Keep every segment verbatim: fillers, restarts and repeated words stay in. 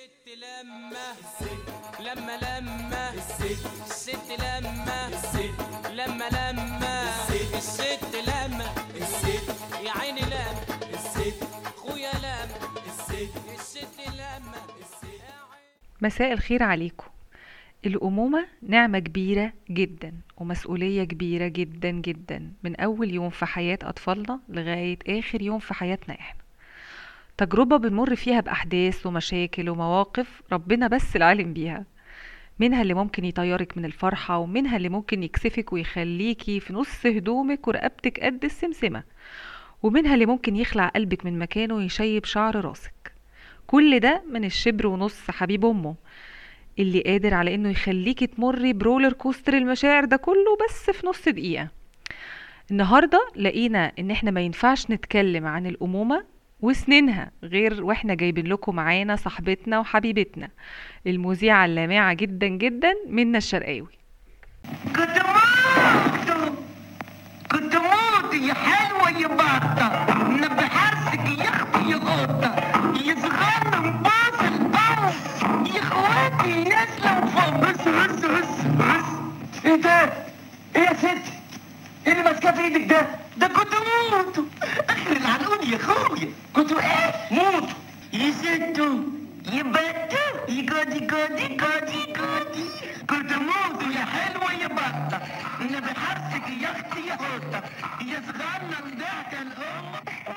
الست لما الست لما لما الست الست لما الست لما لما الست الست لما الست يا عيني لما الست خويا لما الست الست لما الست. مساء الخير عليكم. الأمومة نعمة كبيرة جدا ومسؤولية كبيرة جدا جدا من أول يوم في حياة أطفالنا لغاية آخر يوم في حياتنا إحنا. تجربة بنمر فيها بأحداث ومشاكل ومواقف ربنا بس العالم بيها، منها اللي ممكن يطيرك من الفرحة ومنها اللي ممكن يكسفك ويخليكي في نص هدومك ورقبتك قد السمسمة، ومنها اللي ممكن يخلع قلبك من مكانه ويشيب شعر راسك. كل ده من الشبر ونص حبيب أمه اللي قادر على انه يخليكي تمري برولر كوستر المشاعر ده كله بس في نص دقيقة. النهاردة لقينا ان احنا ما ينفعش نتكلم عن الأمومة وسنينها غير واحنا جايبين لكم معانا صاحبتنا وحبيبتنا المذيعة اللامعة جدا جدا منى الشرقاوي. كنت موت كنت موت يا حلوة يا باطة، نبي حرسك يا اختي يا غوطة، يا صغارنا مباصل الضو، يا اخواتي نازلة وفوق. بس بس بس بس انت ايه يا ست؟ ايه اللي ماسكاه في ايدك ده؟ ده كنت موت اخر العنقود يا اخويا. كنتوا ايه؟ موت يا ستو يا بطة يا جودي جودي جودي جودي. كنت موت يا حلوة يا بطة، نبي حرسك يا اختي يا غوطة، يا صغارنا مضحكة الام.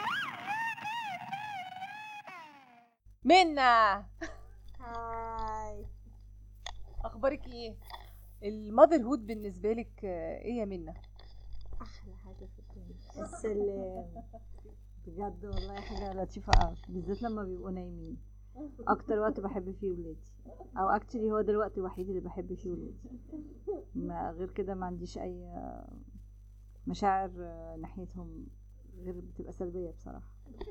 منى هاي، اخبارك ايه؟ المذر هود بالنسبه لك ايه يا منى؟ احلى حاجه في الدنيا السلام، بجد والله حاجه لطيفه قوي، بالذات لما بيبقوا نايمين. اكتر وقت بحب فيه ولادي، او اكتشلي هو ده الوقت الوحيد اللي بحب فيه ولادي. ما غير كده ما عنديش اي مشاعر ناحيتهم غير بتبقى سلبيه بصراحه.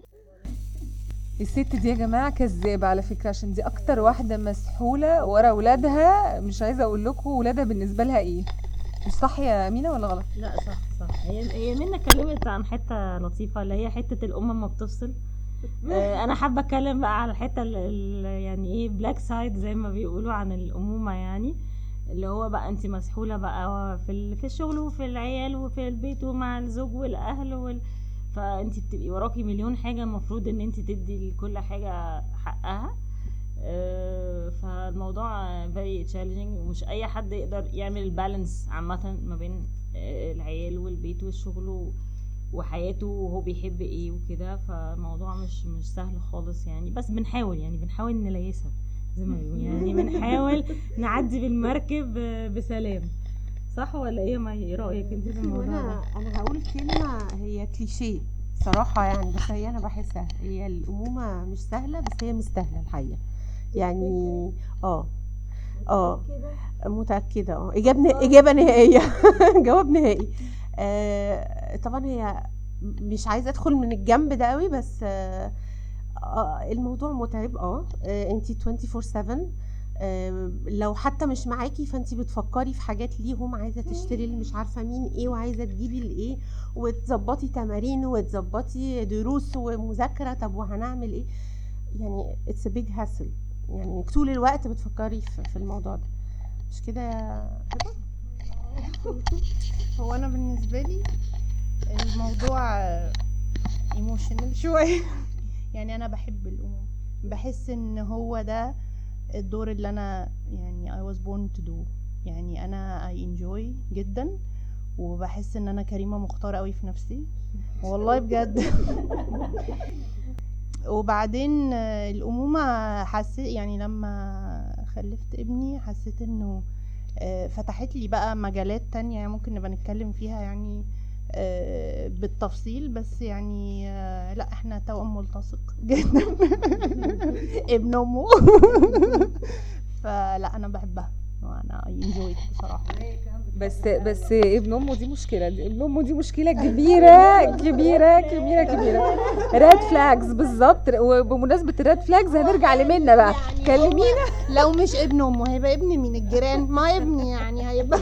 الست دي يا جماعه كذابه على فكره، عشان دي اكتر واحده مسحوله ورا ولادها. مش عايزه اقول لكم ولادها بالنسبه لها ايه. مش صح يا مينا ولا غلط؟ لا صح صح. هي هي منى اتكلمت عن حته لطيفه اللي هي حته الام ما بتفصل. آه انا حابه اتكلم بقى على الحته ال- يعني ايه بلاك سايد زي ما بيقولوا عن الامومه، يعني اللي هو بقى انت مسحوله بقى في ال- في الشغل وفي العيال وفي البيت ومع الزوج والاهل وال... فانت بتبقي وراكي مليون حاجه المفروض ان انت تدي لكل حاجه حقها. آه فالموضوع very challenging ومش اي حد يقدر يعمل البالانس عامه ما بين آه العيال والبيت والشغل و... وحياته وهو بيحب ايه وكده. فالموضوع مش مش سهل خالص يعني، بس بنحاول يعني بنحاول نليسها زي ما بيقولوا، يعني بنحاول نعدي بالمركب بسلام. صح ولا ايه؟ ما ايه رايك انت في الموضوع ده؟ انا انا هقول كلمه هي كليشيه صراحه يعني، بس هي انا بحسها هي الامومه مش سهله، بس هي مستاهله الحقيقه يعني. اه اه متاكده اه اجابه اجابه نهائيه جواب نهائي. آه طبعا هي مش عايزه ادخل من الجنب ده قوي، بس آه آه الموضوع متعب. اه انتي أربعة وعشرين سبعة، آه لو حتى مش معاكي فانتي بتفكري في حاجات ليهم، عايزه تشتري اللي مش عارفه مين ايه وعايزه تجيبي الايه وتظبطي تمارين وتظبطي دروس ومذاكره. طب وهنعمل ايه يعني؟ اتس بيج هاسل يعني، طول الوقت بتفكري في, في الموضوع ده، مش كده يا هبه؟ هو انا بالنسبه لي الموضوع ايموشنال شويه يعني. انا بحب الامومه، بحس ان هو ده الدور اللي انا يعني I was born to do. يعني انا I enjoy جدا، وبحس ان انا كريمه مختاره قوي في نفسي والله بجد. وبعدين الامومه حسيت يعني لما خلفت ابني حسيت انه فتحت لي بقى مجالات تانية يعني ممكن نبقى نتكلم فيها يعني بالتفصيل، بس يعني لا احنا توأم ملتصق جدا ابن امه فلا انا بحبها وانا انجويت بصراحه. بس بس ابن امه دي مشكله، ابن امه دي مشكله كبيره كبيره كبيره كبيره. ريد فلاجز بالظبط. وبمناسبه الريد فلاجز هنرجع لمنى بقى، كلمينا. لو مش ابن امه هيبقى ابن مين؟ الجيران؟ ما ابني يعني هيبقى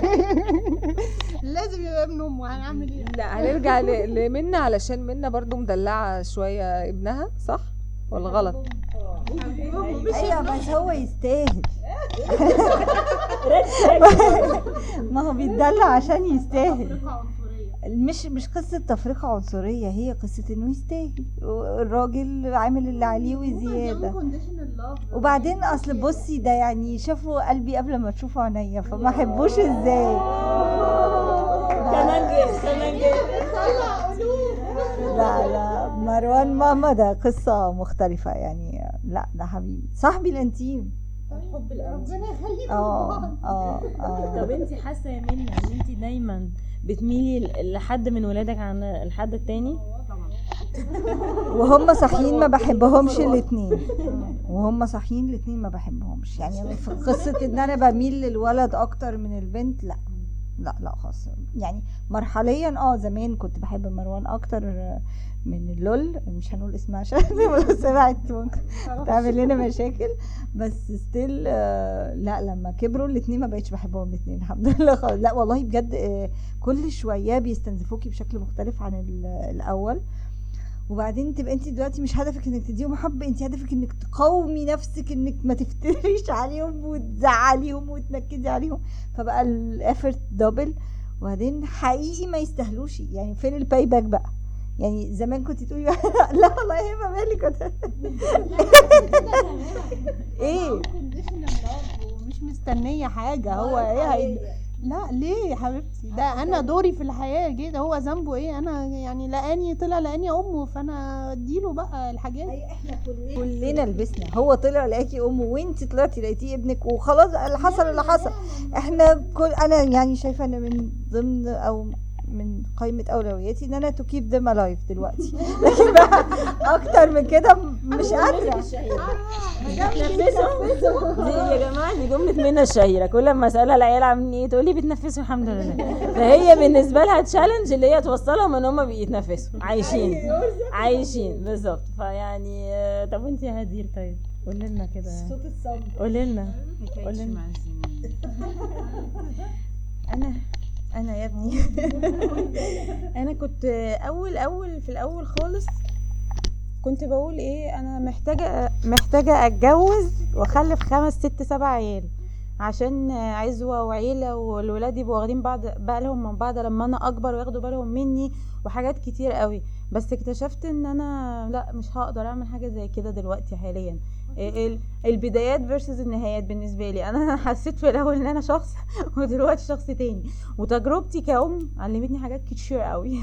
لازم يبقى ابن امه. هنعمل ايه؟ لا هنرجع لمنى علشان منى برضو مدلعه شويه ابنها، صح ولا غلط؟ ايوه بس هو يستاهل. ما هو بيتدلع عشان يستاهل. مش مش قصة تفرقة عنصرية، هي قصة انه يستاهل، الراجل عامل اللي عليه وزيادة. وبعدين اصل بصي ده يعني شافوا قلبي قبل ما تشوفوا عينيا، فما حبوش ازاي. كمان جه كمان جه لا لا مروان ماما ده قصة مختلفة يعني. لا ده حبيبي صاحبي الانتيم. حب الانتيم. ربنا يخليكم. اه اه اه طب انت حاسه يا منى ان انت دايما بتميلي لحد من ولادك عن الحد التاني؟ وهم صحيين ما بحبهمش الاتنين، وهم صحيين الاتنين ما بحبهمش يعني. في قصة ان انا بميل للولد اكتر من البنت، لا لا لا خالص يعني. مرحليا اه زمان كنت بحب مروان اكتر من اللول، مش هنقول اسمها عشان لو سمعت ممكن تعمل لنا مشاكل، بس ستيل لا لما كبروا الاتنين ما بقيتش بحبهم الاتنين الحمد لله خالص. لا والله بجد كل شويه بيستنزفوكي بشكل مختلف عن الاول. وبعدين تبقى انت دلوقتي مش هدفك انك تديهم حب، انت هدفك انك تقاومي نفسك انك ما تفتريش عليهم وتزعليهم وتنكدي عليهم، فبقى الافورت دبل. وبعدين حقيقي ما يستاهلوش يعني. فين الباي باك بقى يعني؟ زمان كنت تقولي لا والله يا هبه مالي كنت ايه ومش مستنيه حاجه. هو ايه هي... لا ليه يا حبيبتي؟ ده انا دوري في الحياه كده. هو ذنبه ايه؟ انا يعني لقاني طلع لقاني امه، فانا اديله بقى الحاجات. احنا كلنا كلنا لبسنا. هو طلع لقاكي امه وانت طلعتي لقيتيه ابنك وخلاص اللي حصل اللي حصل. احنا كل انا يعني شايفه ان من ضمن او من قائمة أولوياتي إن أنا to keep them alive دلوقتي. لكن بقى أكتر من كده مش قادرة. بتنفسوا دي يا جماعة، دي جملة منى الشهيرة. كل ما أسألها العيال عاملين إيه تقولي بتنفسوا الحمد لله. فهي بالنسبة لها تشالنج اللي هي توصلهم إن هم بيتنفسوا عايشين عايشين بالظبط. فيعني طب أنت يا هدير طيب قولي لنا كده، صوت الصمت قولي لنا قولي لنا. أنا انا يا ابني انا كنت اول اول في الاول خالص كنت بقول ايه، انا محتاجه محتاجه اتجوز واخلف خمس ست سبع عيال عشان عزوه وعيله، والولاد يبقوا واخدين بعض بالهم من بعض لما انا اكبر وياخدوا بالهم مني وحاجات كتير قوي. بس اكتشفت ان انا لا مش هقدر اعمل حاجه زي كده دلوقتي حاليا. البدايات فيرسز النهايات بالنسبه لي. انا حسيت في الاول ان انا شخص ودلوقتي شخص تاني، وتجربتي كأم علمتني حاجات كتير قوي.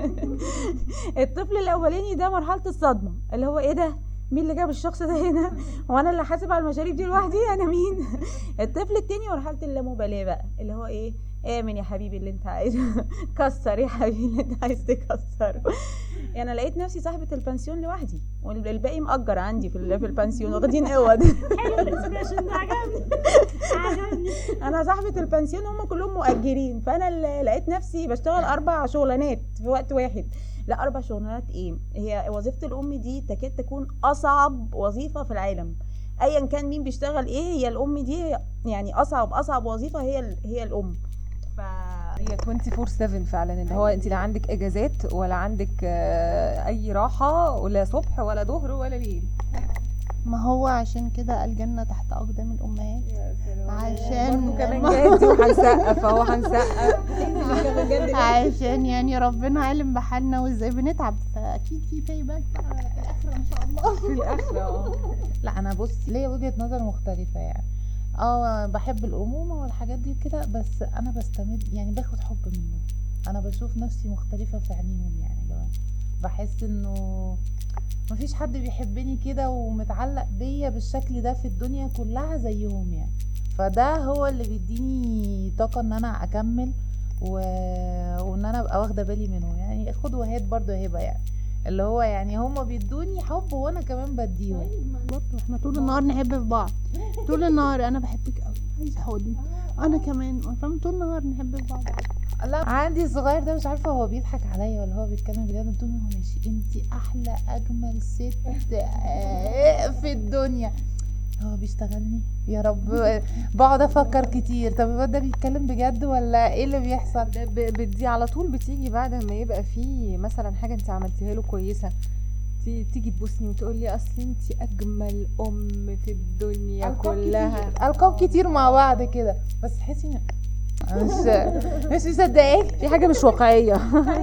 الطفل الاولاني ده مرحله الصدمه، اللي هو ايه ده، مين اللي جاب الشخص ده هنا، وانا اللي حاسب على المشاريب دي لوحدي، انا مين؟ الطفل التاني مرحله اللامبالاه بقى، اللي هو ايه، امن يا حبيبي اللي انت عايزه، كسر يا حبيبي اللي انت عايز تكسره. يعني انا لقيت نفسي صاحبه البنسيون لوحدي، والباقي مأجر عندي في البنسيون واخدين قوض. حلو الاسبريشن ده، عجبني عجبني. انا صاحبه البنسيون، هم كلهم مؤجرين، فانا اللي لقيت نفسي بشتغل اربع شغلانات في وقت واحد. لا اربع شغلانات ايه، هي وظيفه الام دي تكاد تكون اصعب وظيفه في العالم. ايا كان مين بيشتغل ايه، هي الام دي يعني اصعب اصعب وظيفه هي هي الام. ف هي اربعة وعشرين سبعة فعلا، اللي هو انت لا عندك اجازات ولا عندك اي راحه، ولا صبح ولا ظهر ولا ليل. ما هو عشان كده الجنة تحت أقدام الأمهات، عشان برضه كمان جاهزي وهنسقف اهو هنسقف عشان يعني ربنا عالم بحالنا وازاي بنتعب، فأكيد في باي باك بقى في الآخرة إن شاء الله. في الآخرة. لا أنا بص ليا وجهة نظر مختلفة يعني. اه بحب الأمومة والحاجات دي كده، بس أنا بستمد يعني باخد حب منه. أنا بشوف نفسي مختلفة في عينيهم يعني يا جماعة. بحس إنه مفيش حد بيحبني كده ومتعلق بيا بالشكل ده في الدنيا كلها زيهم يعني. فده هو اللي بيديني طاقة ان انا اكمل و... وان انا ابقى واخدة بالي منه يعني. خد وهات برضو هبة يعني، اللي هو يعني هما بيدوني حب وانا كمان بديهم. برضو احنا طول النهار نحب في بعض، طول النهار انا بحبك قوي عايز حضن، انا كمان فاهم، طول النهار نحب في بعض. لا عندي الصغير ده مش عارفه هو بيضحك عليا ولا هو بيتكلم بجد. قلت له ماشي انتي احلى اجمل ست في الدنيا. هو بيشتغلني يا رب، بقعد افكر كتير طب الواد ده بيتكلم بجد ولا ايه اللي بيحصل. دي على طول بتيجي بعد ما يبقى فيه مثلا حاجه انت عملتيها له كويسه، تي- تيجي تبوسني وتقول لي اصل انت اجمل ام في الدنيا ألقاب كلها. كتير ألقاب كتير مع بعض كده، بس تحسي إن أنا مش مش مصدقاك. في حاجه مش واقعيه.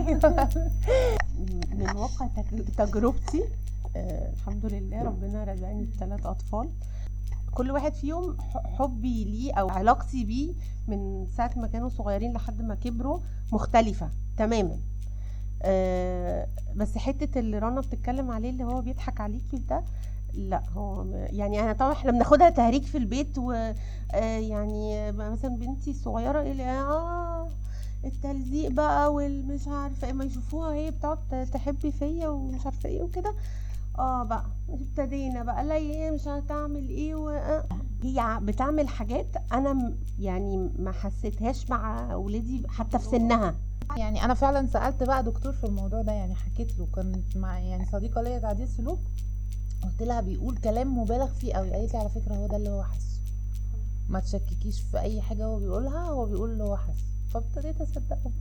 من واقع تج- تجربتي آه الحمد لله ربنا رزقني بثلاث اطفال. كل واحد فيهم ح- حبي ليه او علاقتي بيه من ساعه ما كانوا صغيرين لحد ما كبروا مختلفه تماما. آه بس حته اللي رنا بتتكلم عليه اللي هو بيضحك عليكي ده، لا هو م- يعني انا طبعا احنا بناخدها تهريج في البيت، و آه يعني مثلا بنتي الصغيره اللي اه التلزيق بقى والمش عارفه ايه، ما يشوفوها هي بتقعد تحبي فيا ومش عارفه ايه وكده، اه بقى ابتدينا بقى لا ايه مش هتعمل ايه و... آه. هي ع- بتعمل حاجات انا م- يعني ما حسيتهاش مع اولادي حتى في سنها. يعني انا فعلا سالت بقى دكتور في الموضوع ده، يعني حكيت له، كانت مع يعني صديقه ليا تعديل سلوك، قلت لها بيقول كلام مبالغ فيه قوي، قالت لي على فكره هو ده اللي هو حاسه، ما تشككيش في اي حاجه هو بيقولها، هو بيقول اللي هو حاسه، فابتديت اصدقه.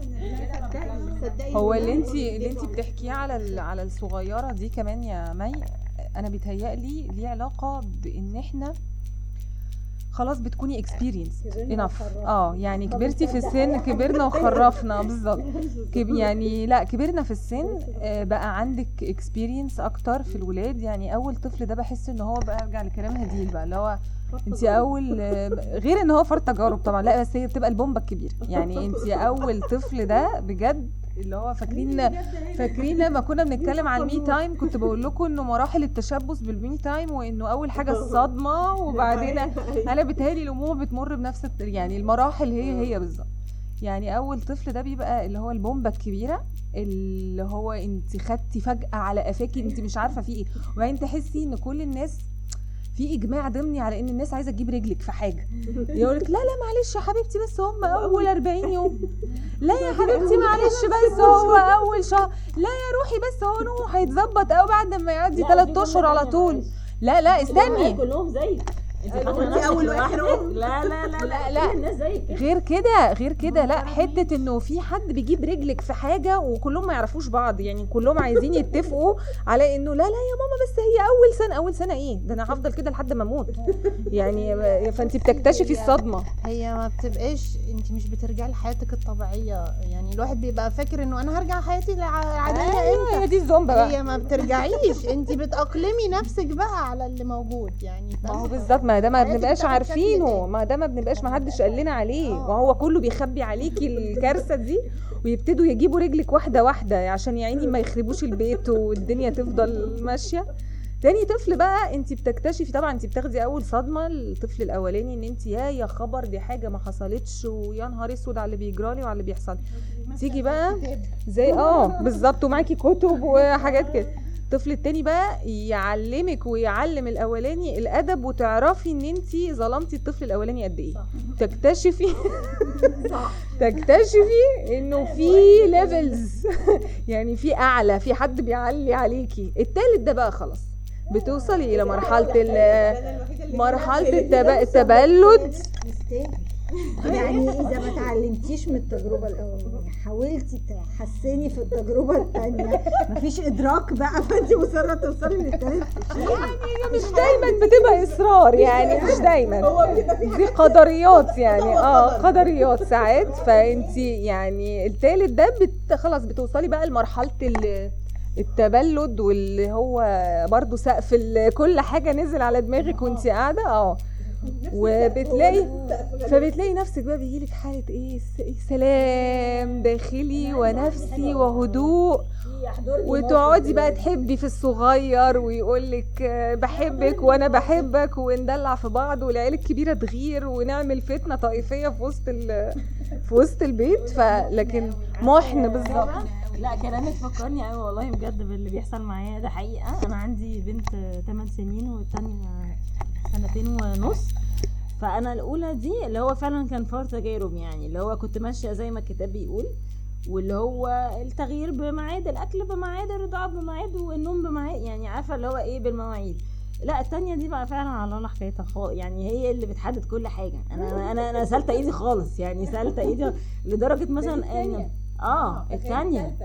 هو اللي انت اللي انت بتحكيه على ال- على الصغيره دي كمان يا مي، انا بيتهيألي ليه علاقه بان احنا خلاص بتكوني experienced enough. اه يعني كبرتي في السن، كبرنا وخرفنا بالظبط. كب يعني لا كبرنا في السن، آه، بقى عندك experience اكتر في الولاد. يعني اول طفل ده بحس ان هو بقى ارجع لكلام هديل بقى اللي هو انت اول، آه، غير ان هو فرط تجارب طبعا، لا بس هي بتبقى البومبه الكبيره. يعني انت اول طفل ده بجد اللي هو فاكرين فاكرين لما كنا بنتكلم على المي تايم، كنت بقول لكم انه مراحل التشبث بالمي تايم، وانه اول حاجه الصدمه، وبعدين انا بتهيألي الامومه بتمر بنفس الت- يعني المراحل هي هي بالظبط. يعني اول طفل ده بيبقى اللي هو البومبه الكبيره، اللي هو انت خدتي فجاه على قفاكي انت مش عارفه في ايه، وبعدين تحسي ان كل الناس في اجماع ضمني على ان الناس عايزه تجيب رجلك في حاجه، يقولك لا لا معلش يا حبيبتي بس هم اول أربعين يوم، لا يا حبيبتي معلش بس هو اول شهر، لا يا روحي بس هو نومه هيتظبط قوي بعد ما يعدي ثلاث اشهر على طول. لا لا استني، كلهم زيك انت اول واحد لا لا لا لا لا الناس زيك غير كده غير كده لا حته انه في حد بيجيب رجلك في حاجه وكلهم ما يعرفوش بعض، يعني كلهم عايزين يتفقوا على انه لا لا يا ماما بس هي اول سنه، اول سنه ايه ده انا هفضل كده لحد ما اموت يعني. فانت بتكتشفي الصدمه. هي ما بتبقاش انت مش بترجعي لحياتك الطبيعيه، يعني الواحد بيبقى فاكر انه انا هرجع حياتي العاديه ايوه امتى. هي دي الزومبا بقى. هي ما بترجعيش، انت بتأقلمي نفسك بقى على اللي موجود يعني. ما هو بالظبط، ما ده ما بنبقاش عارفينه، ما ده ما بنبقاش ما حدش قال لنا عليه، وهو كله بيخبي عليكي الكارثه دي، ويبتدوا يجيبوا رجلك واحده واحده عشان يا عيني ما يخربوش البيت والدنيا تفضل ماشيه. تاني طفل بقى انت بتكتشفي طبعا، انت بتاخدي اول صدمه الطفل الاولاني ان انت يا يا خبر دي حاجه ما حصلتش، ويا نهار اسود على اللي بيجرالي وعلى اللي بيحصل. تيجي بقى زي اه بالظبط ومعاكي كتب وحاجات كده. الطفل التاني بقى يعلمك ويعلم الاولاني الادب، وتعرفي ان انتي ظلمتي الطفل الاولاني قد ايه. تكتشفي تكتشفي انه في ليفلز يعني في اعلى، في حد بيعلي عليكي. التالت ده بقى خلاص بتوصلي الى مرحله مرحله التب... التبلد. يعني اذا ما اتعلمتيش من التجربه الاولانيه حاولتي تحسني في التجربه الثانيه، مفيش ادراك بقى، فانت مصره توصلي للثالث. يعني مش دايما بتبقى اصرار، يعني مش دايما، دي قدريات يعني اه قدريات ساعات. فانت يعني الثالث ده بت... خلاص بتوصلي بقى لمرحله ال... التبلد، واللي هو برضو سقف كل حاجه نزل على دماغك وانت قاعده اه وبتلاقي فبتلاقي نفسك بقى بيجيلك حاله ايه سلام داخلي ونفسي وهدوء، وتقعدي بقى تحبي في الصغير ويقولك بحبك وانا بحبك، وندلع في بعض، والعيال الكبيره تغير، ونعمل فتنه طائفيه في وسط في وسط البيت. فلكن محن بالظبط. لا كلامك فكرني قوي والله بجد باللي بيحصل معايا ده حقيقه. انا عندي بنت ثمانية سنين والثانيه سنتين ونص، فانا الاولى دي اللي هو فعلا كان فار تجارب، يعني اللي هو كنت ماشيه زي ما الكتاب بيقول، واللي هو التغيير بميعاد، الاكل بميعاد، الرضاعه بميعاد، والنوم بميعاد، يعني عارفه اللي هو ايه بالمواعيد. لا التانية دي بقى فعلا على الله حكايتها خالص، يعني هي اللي بتحدد كل حاجه. انا انا انا سالته ايدي خالص، يعني سالته ايدي لدرجه مثلا ان اه الثانيه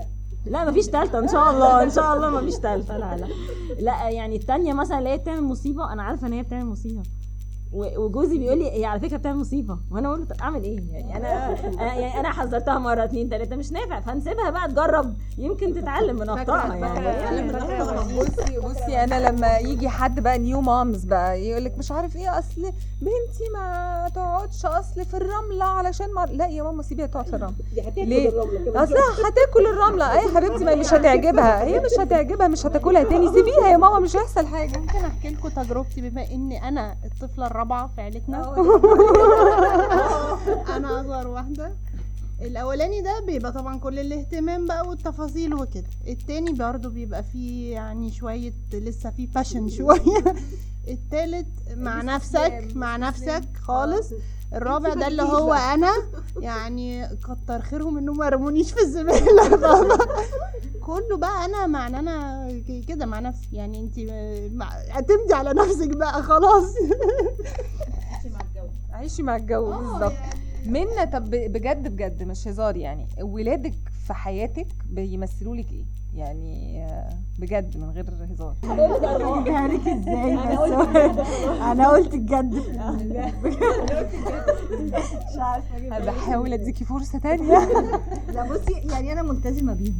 لا مفيش تالتة ان شاء الله، ان شاء الله مفيش تالتة. لا لا لا يعني التانية مثلا اللي هي بتعمل مصيبة، انا عارفة ان هي بتعمل مصيبة وجوزي بيقول لي هي على فكره بتعمل مصيبه، وانا اقول له طب اعمل ايه يعني؟ انا أنا- يعني انا حذرتها مره اتنين تلاته مش نافع، فنسيبها بقى تجرب يمكن تتعلم من اخطائها يعني. بصي بصي انا لما يجي حد بقى نيو مامز بقى يقول لك مش عارف ايه، اصل بنتي ما تقعدش اصل في الرمله علشان ما... لا يا ماما سيبيها تقعد في الرمله. ليه؟ اصل هتاكل الرمله. اي حبيبتي ما مش هتعجبها، هي مش هتعجبها مش هتاكلها تاني، سيبيها يا ماما مش هيحصل حاجه. ممكن احكي لكم تجربتي بما اني انا الطفله الرابعه في عيلتنا. انا اصغر واحده. الاولاني ده بيبقى طبعا كل الاهتمام بقى والتفاصيل وكده، التاني برضو بيبقى فيه يعني شويه لسه فيه باشن شويه. التالت مع نفسك مع نفسك خالص. الرابع ده اللي هو انا يعني كتر خيرهم انهم ما رمونيش في الزباله. كله بقى انا مع انا كده مع نفسي، يعني انت اعتمدي على نفسك بقى خلاص. عيشي مع الجو بالظبط. منا طب بجد بجد مش هزار، يعني ولادك في حياتك بيمثلوا لك ايه؟ يعني بجد من غير هزار. هاريك ازاي؟ انا قلت بجد مش عارفه بحاول اديكي فرصه تانية. لا بصي يعني انا ملتزمه بيهم،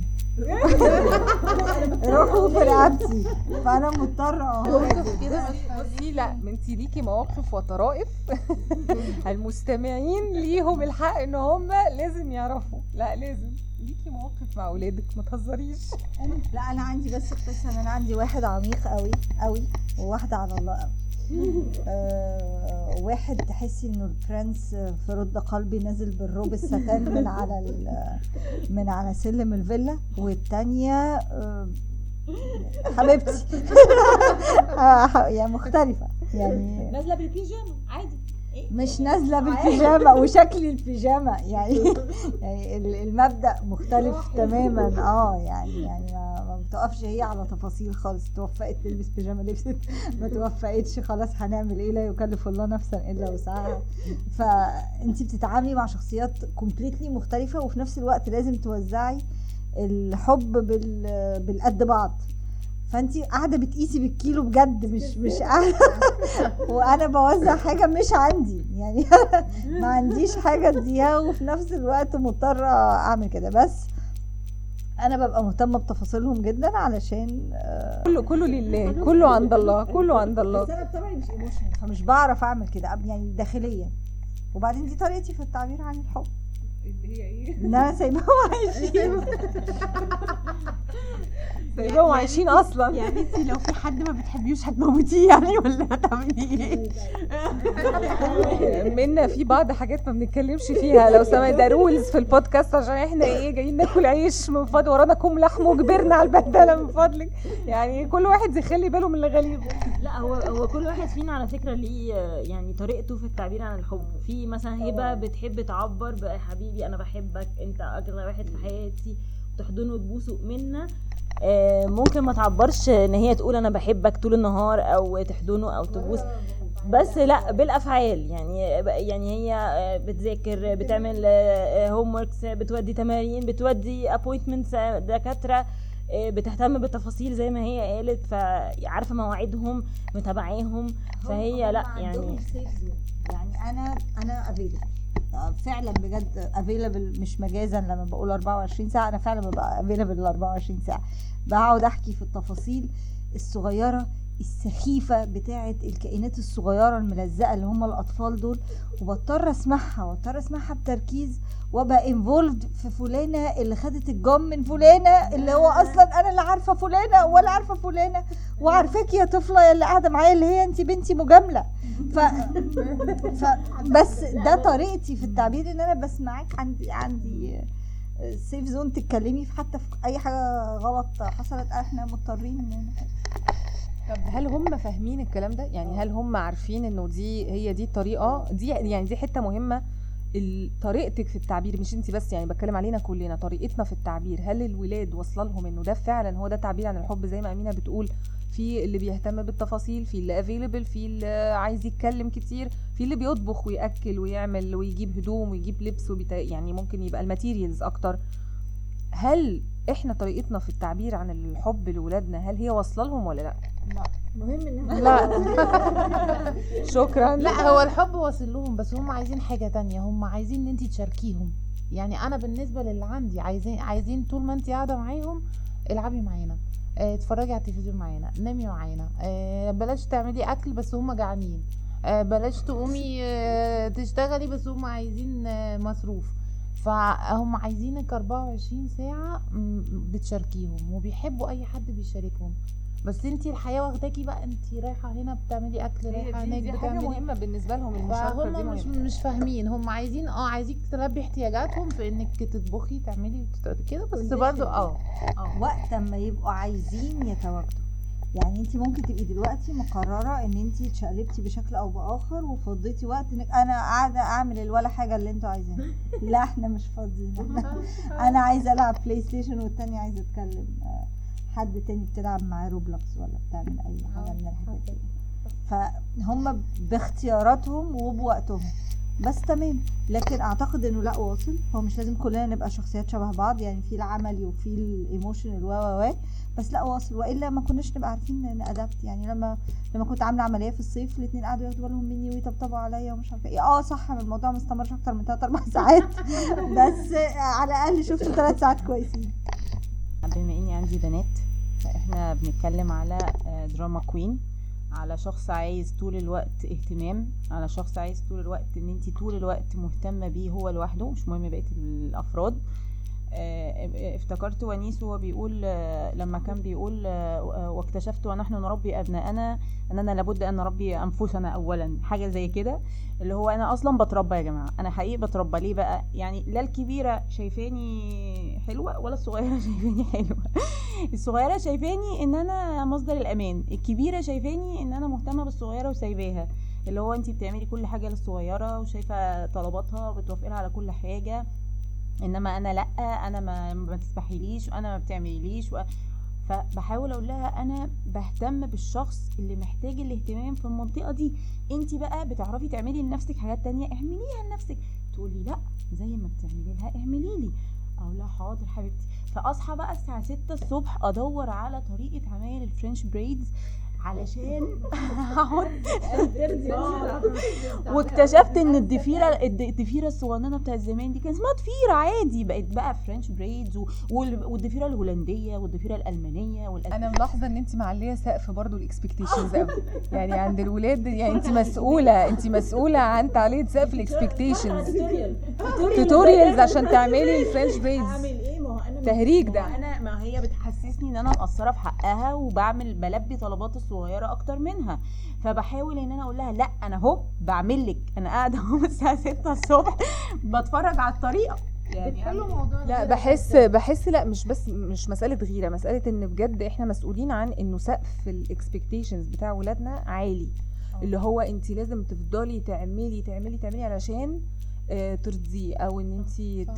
روحوا في رقبتي، فانا مضطره اهو كده. بصي لا انت ليكي مواقف وطرائف المستمعين ليهم الحق ان هم لازم يعرفوا. لا لازم ليكي مواقف مع اولادك ما تهزريش. لا انا عندي بس قصه ان انا عندي واحد عميق قوي قوي وواحده على الله قوي. أه واحد تحسي انه البرنس في رد قلبي نازل بالروب الستان من على من على سلم الفيلا، والتانية أه حبيبتي يعني مختلفة، يعني نازله بالبيجامه عادي، مش نازله بالبيجامه وشكل البيجامه يعني يعني المبدأ مختلف تماما. اه يعني يعني ما, ما بتقفش هي على تفاصيل خالص، توفقت تلبس بيجامه لبست، ما توفقتش خلاص هنعمل ايه، لا يكلف الله نفسا الا وسعها. فانت بتتعاملي مع شخصيات كومبليتلي مختلفه، وفي نفس الوقت لازم توزعي الحب بال بالقد بعض. فانتي قاعده بتقيسي بالكيلو بجد، مش مش قاعده وانا بوزع حاجه مش عندي، يعني ما عنديش حاجه اديها، وفي نفس الوقت مضطره اعمل كده. بس انا ببقى مهتمه بتفاصيلهم جدا علشان كله كله لله، كله عند الله، كله عند الله. بس انا بطبعي مش ايموشنال، فمش بعرف اعمل كده يعني داخليا. وبعدين دي طريقتي في التعبير عن الحب اللي هي ايه؟ ان انا سايباهم عايشين سايباهم عايشين اصلا. يعني انت لو في حد ما بتحبيوش هتموتيه يعني ولا هتعملي ايه؟ منا في بعض حاجات ما بنتكلمش فيها لو سمعت، ده رولز في البودكاست عشان احنا ايه جايين ناكل عيش من فضل ورانا كوم لحم وكبرنا على البهدله من فضلك، يعني كل واحد يخلي باله من اللي غليظه. لا هو هو كل واحد فينا على فكره ليه يعني طريقته في التعبير عن الحب. في مثلا هبه بتحب تعبر بقى حبيبي انا بحبك انت اغلى واحد في حياتي، وتحضنه وتبوسه. منا آه ممكن ما تعبرش ان هي تقول انا بحبك طول النهار او تحضنه او تبوس، بس لا بالافعال. يعني يعني هي بتذاكر، بتعمل هوم وركس، بتودي تمارين، بتودي ابوينتمنتس دكاتره، بتهتم بالتفاصيل زي ما هي قالت، فعارفه مواعيدهم متابعاهم. فهي لا يعني يعني انا انا افيلبل فعلا بجد، افيلبل مش مجازا. لما بقول أربعة وعشرين ساعه انا فعلا ببقى افيلبل ال أربعة وعشرين ساعه، بقعد احكي في التفاصيل الصغيره السخيفه بتاعه الكائنات الصغيره الملزقه اللي هم الاطفال دول، وبضطر اسمعها واضطر اسمعها بتركيز، وابقى انفولد في فلانه اللي خدت الجم من فلانه اللي هو اصلا انا اللي عارفه فلانه ولا عارفه فلانه، وعارفاكي يا طفله اللي قاعده معايا اللي هي انت بنتي مجامله. ف... ف بس ده طريقتي في التعبير، ان انا بسمعك، عندي عندي سيف زون تتكلمي في حتى في اي حاجه غلط حصلت احنا مضطرين. طب هل هم فاهمين الكلام ده؟ يعني هل هم عارفين انه دي هي دي الطريقه دي؟ يعني دي حته مهمه، طريقتك في التعبير، مش انت بس، يعني بتكلم علينا كلنا، طريقتنا في التعبير. هل الولاد وصل لهم انه ده فعلا هو ده تعبير عن الحب زي ما امينه بتقول؟ في اللي بيهتم بالتفاصيل، في اللي افيلبل، في اللي عايز يتكلم كتير، في اللي بيطبخ وياكل ويعمل ويجيب هدوم ويجيب لبس وبتا... يعني ممكن يبقى الماتيريالز اكتر. هل احنا طريقتنا في التعبير عن الحب لولادنا هل هي واصله لهم ولا لا؟ لا مهم ان لا شكرا. لا هو الحب واصل لهم، بس هم عايزين حاجه تانية، هم عايزين ان انت تشاركيهم. يعني انا بالنسبه للي عندي عايزين عايزين طول ما انت قاعده معاهم العبي معانا، اه اتفرجي على التلفزيون معانا، نامي معانا، اه بلاش تعملي اكل بس هم جعانين، اه بلاش تقومي اه تشتغلي بس هم عايزين اه مصروف. فهم عايزينك أربعة وعشرين ساعه بتشاركيهم وبيحبوا اي حد بيشاركهم. بس انتي الحياه واخداكي بقى، انتي رايحه هنا بتعملي اكل، رايحه هناك دي حاجه بتعملي. مهمه بالنسبه لهم، المشاركه دي فهم مش مهمه. مش فاهمين، هم عايزين اه عايزيك تلبي احتياجاتهم في انك تطبخي تعملي كده، بس برضو اه وقت ما يبقوا عايزين يتواجدوا. يعني انت ممكن تبقي دلوقتي مقرره ان انت اتشقلبتي بشكل او باخر وفضيتي وقت انك انا قاعده اعمل ولا حاجه اللي انتوا عايزينها. لا احنا مش فاضيين، انا عايزه العب بلاي ستيشن والتانية عايزه اتكلم، حد تاني بتلعب معاه روبلوكس ولا بتعمل اي حاجه من الحاجات دي. فهم باختياراتهم وبوقتهم بس تمام. لكن اعتقد انه لا واصل، هو مش لازم كلنا نبقى شخصيات شبه بعض، يعني في العملي وفي الايموشنال و و بس لا واصل، والا ما كناش نبقى عارفين نادابت. يعني لما لما كنت عامله عمليه في الصيف الاثنين قعدوا ياخدوا بالهم مني ويطبطبوا عليا ومش عارفه ايه. اه صح الموضوع ما استمرش اكتر من ثلاثة أربعة ساعات بس على الاقل شفتوا ثلاث ساعات كويسين. بما اني عندي بنات فاحنا بنتكلم على دراما كوين، على شخص عايز طول الوقت اهتمام، على شخص عايز طول الوقت ان انتي طول الوقت مهتمة بيه هو لوحده، مش مهم بقية الافراد. افتكرت ونيس وهو بيقول لما كان بيقول واكتشفت ونحن نربي ابناءنا اننا لابد ان نربي انفسنا اولا، حاجه زي كده. اللي هو انا اصلا بتربى يا جماعه، انا حقيقي بتربى. ليه بقى؟ يعني لا الكبيره شايفاني حلوه ولا الصغيره شايفاني حلوه. الصغيره شايفاني ان انا مصدر الامان، الكبيره شايفاني ان انا مهتمه بالصغيره وسايباها. اللي هو انتي بتعملي كل حاجه للصغيره وشايفه طلباتها بتوافقلها على كل حاجه، انما انا لا، انا ما, ما تسمحيليش وانا ما بتعمليليش و... فبحاول اقول لها انا بهتم بالشخص اللي محتاج الاهتمام في المنطقه دي. انتي بقى بتعرفي تعملي لنفسك حاجات تانية اعمليها لنفسك. تقولي لا زي ما بتعملي لها اعملي لي، اقول لها حاضر حبيبتي. فاصحى بقى الساعه ستة الصبح ادور على طريقه عمل الفرنش بريدز علشان اقعد. واكتشفت ان الضفيره الضفيره الصغننه بتاعت زمان دي كان اسمها ضفيره عادي، بقت بقى فرنش بريدز، والضفيره الهولنديه والضفيره الالمانيه والأسبانية. انا ملاحظه ان انت معليه سقف برضو الاكسبكتيشنز قوي، يعني عند الولاد. يعني انت مسؤوله انت مسؤوله عن تعليه سقف الاكسبكتيشنز، توتوريالز عشان تعملي الفرنش بريدز. اعمل ايه؟ ما هو انا تهريج ده. ما انا ما هي بتحسسني ان انا مقصره في حقها وبعمل بلبي طلبات الصغيره اكتر منها. فبحاول ان انا اقول لها لا انا اهو بعمل لك، انا قاعده اهو الساعه ستة الصبح بتفرج على الطريقه. يعني لا بحس بحس لا مش بس مش مساله غيره، مساله ان بجد احنا مسؤولين عن انه سقف الاكسبكتيشنز بتاع ولادنا عالي. أوه. اللي هو انت لازم تفضلي تعملي تعملي تعملي علشان آه ترضيه، او ان انت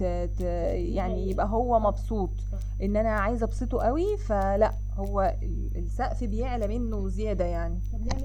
يعني يبقى هو مبسوط. ان انا عايزه ابسطه قوي، فلا هو السقف بيعلى منه زياده. يعني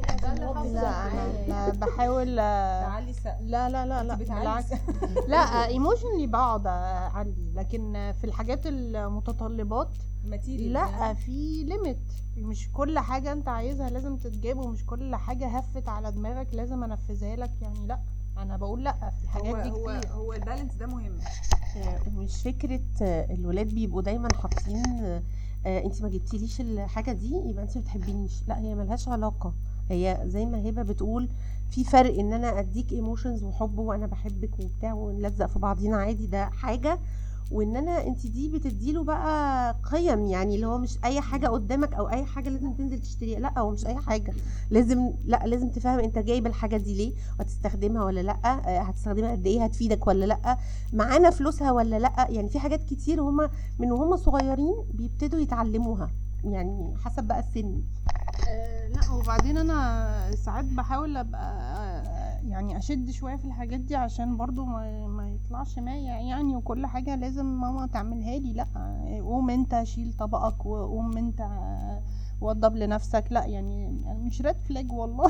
لا انا بحاول تعلي السقف. لا لا لا لا بالعكس. لا ايموشنلي بقعد اعلي، لكن في الحاجات المتطلبات لا في ليميت. مش كل حاجه انت عايزها لازم تتجاب، ومش كل حاجه هفت على دماغك لازم انفذها لك. يعني لا انا بقول لا في الحاجات هو دي هو كتير. هو البالانس ده مهم. ومش فكره الولاد بيبقوا دايما حاطين انت ما جبتيليش الحاجه دي يبقى انت ما بتحبينيش. لا هي ملهاش علاقه. هي زي ما هبه بتقول في فرق ان انا اديك ايموشنز وحب وانا بحبك وبتاع ونلزق في بعضينا عادي، ده حاجه. وان انا انت دي بتديله بقى قيم، يعني اللي هو مش اي حاجه قدامك او اي حاجه لازم تنزل تشتريها. لا هو مش اي حاجه لازم، لا لازم تفهم انت جايب الحاجه دي ليه، وهتستخدمها ولا لا، هتستخدمها قد ايه، هتفيدك ولا لا، معانا فلوسها ولا لا. يعني في حاجات كتير هما من وهم صغيرين بيبتدوا يتعلموها، يعني حسب بقى السن. أه لا وبعدين انا ساعات بحاول ابقى يعني اشد شويه في الحاجات دي عشان برضو ما, ما يطلعش مايع يعني، وكل حاجه لازم ماما تعملها لي. لا قوم انت شيل طبقك، وقوم انت وضب لنفسك، لا يعني مش ريد فلاج والله.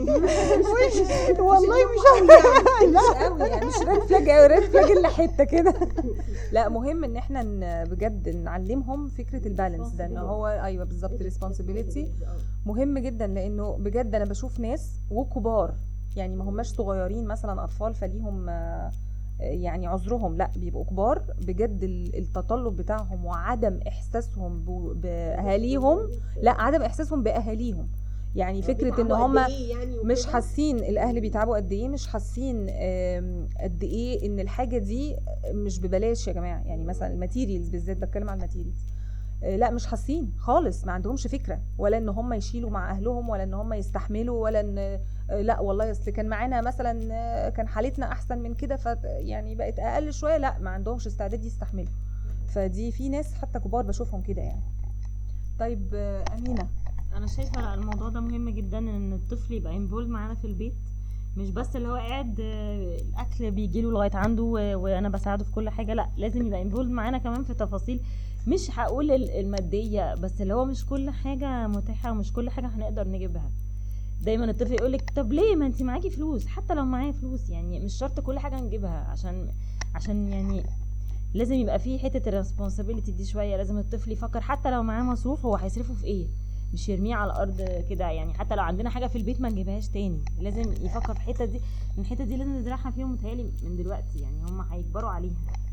مش والله مش يعني مش قوي يعني مش ريد فلاج قوي، ريد فلاج الا حته كده. لا مهم ان احنا بجد نعلمهم فكره البالانس ده، ان هو ايوه بالظبط ريسبونسبيلتي مهم جدا، لانه بجد انا بشوف ناس وكبار يعني ما هماش صغيرين مثلا اطفال فليهم يعني عذرهم، لا بيبقوا كبار بجد. التطلب بتاعهم وعدم احساسهم باهاليهم، لا عدم احساسهم باهاليهم، يعني فكره ان هم مش حاسين الاهل بيتعبوا قد ايه، مش حاسين قد ايه ان الحاجه دي مش ببلاش يا جماعه. يعني مثلا الماتيريالز بالذات، بتكلم على الماتيريالز، لا مش حاسين خالص، ما عندهمش فكره ولا ان هم يشيلوا مع اهلهم ولا ان هم يستحملوا ولا ان لا والله اصل كان معانا مثلا كان حالتنا احسن من كده ف يعني بقت اقل شويه، لا ما عندهمش استعداد يستحملوا. فدي في ناس حتى كبار بشوفهم كده يعني. طيب امينه، انا شايفه الموضوع ده مهم جدا ان الطفل يبقى انفولد معانا في البيت، مش بس اللي هو قاعد الاكل بيجيله لغايه عنده وانا بساعده في كل حاجه، لا لازم يبقى انفولد معانا كمان في تفاصيل، مش هقول الماديه بس، اللي هو مش كل حاجه متاحه ومش كل حاجه هنقدر نجيبها. دايما الطفل يقولك طب ليه ما انت معاكي فلوس، حتى لو معايا فلوس يعني مش شرط كل حاجه نجيبها، عشان عشان يعني لازم يبقى فيه حته الريسبونسابيلتي دي شويه. لازم الطفل يفكر حتى لو معاه مصروف هو هيصرفه في ايه، مش يرميه على الارض كده. يعني حتى لو عندنا حاجه في البيت ما نجيبهاش تاني، لازم يفكر في الحته دي. الحته دي لازم نزرعها فيهم متهيألي من دلوقتي، يعني هم هيكبروا عليها.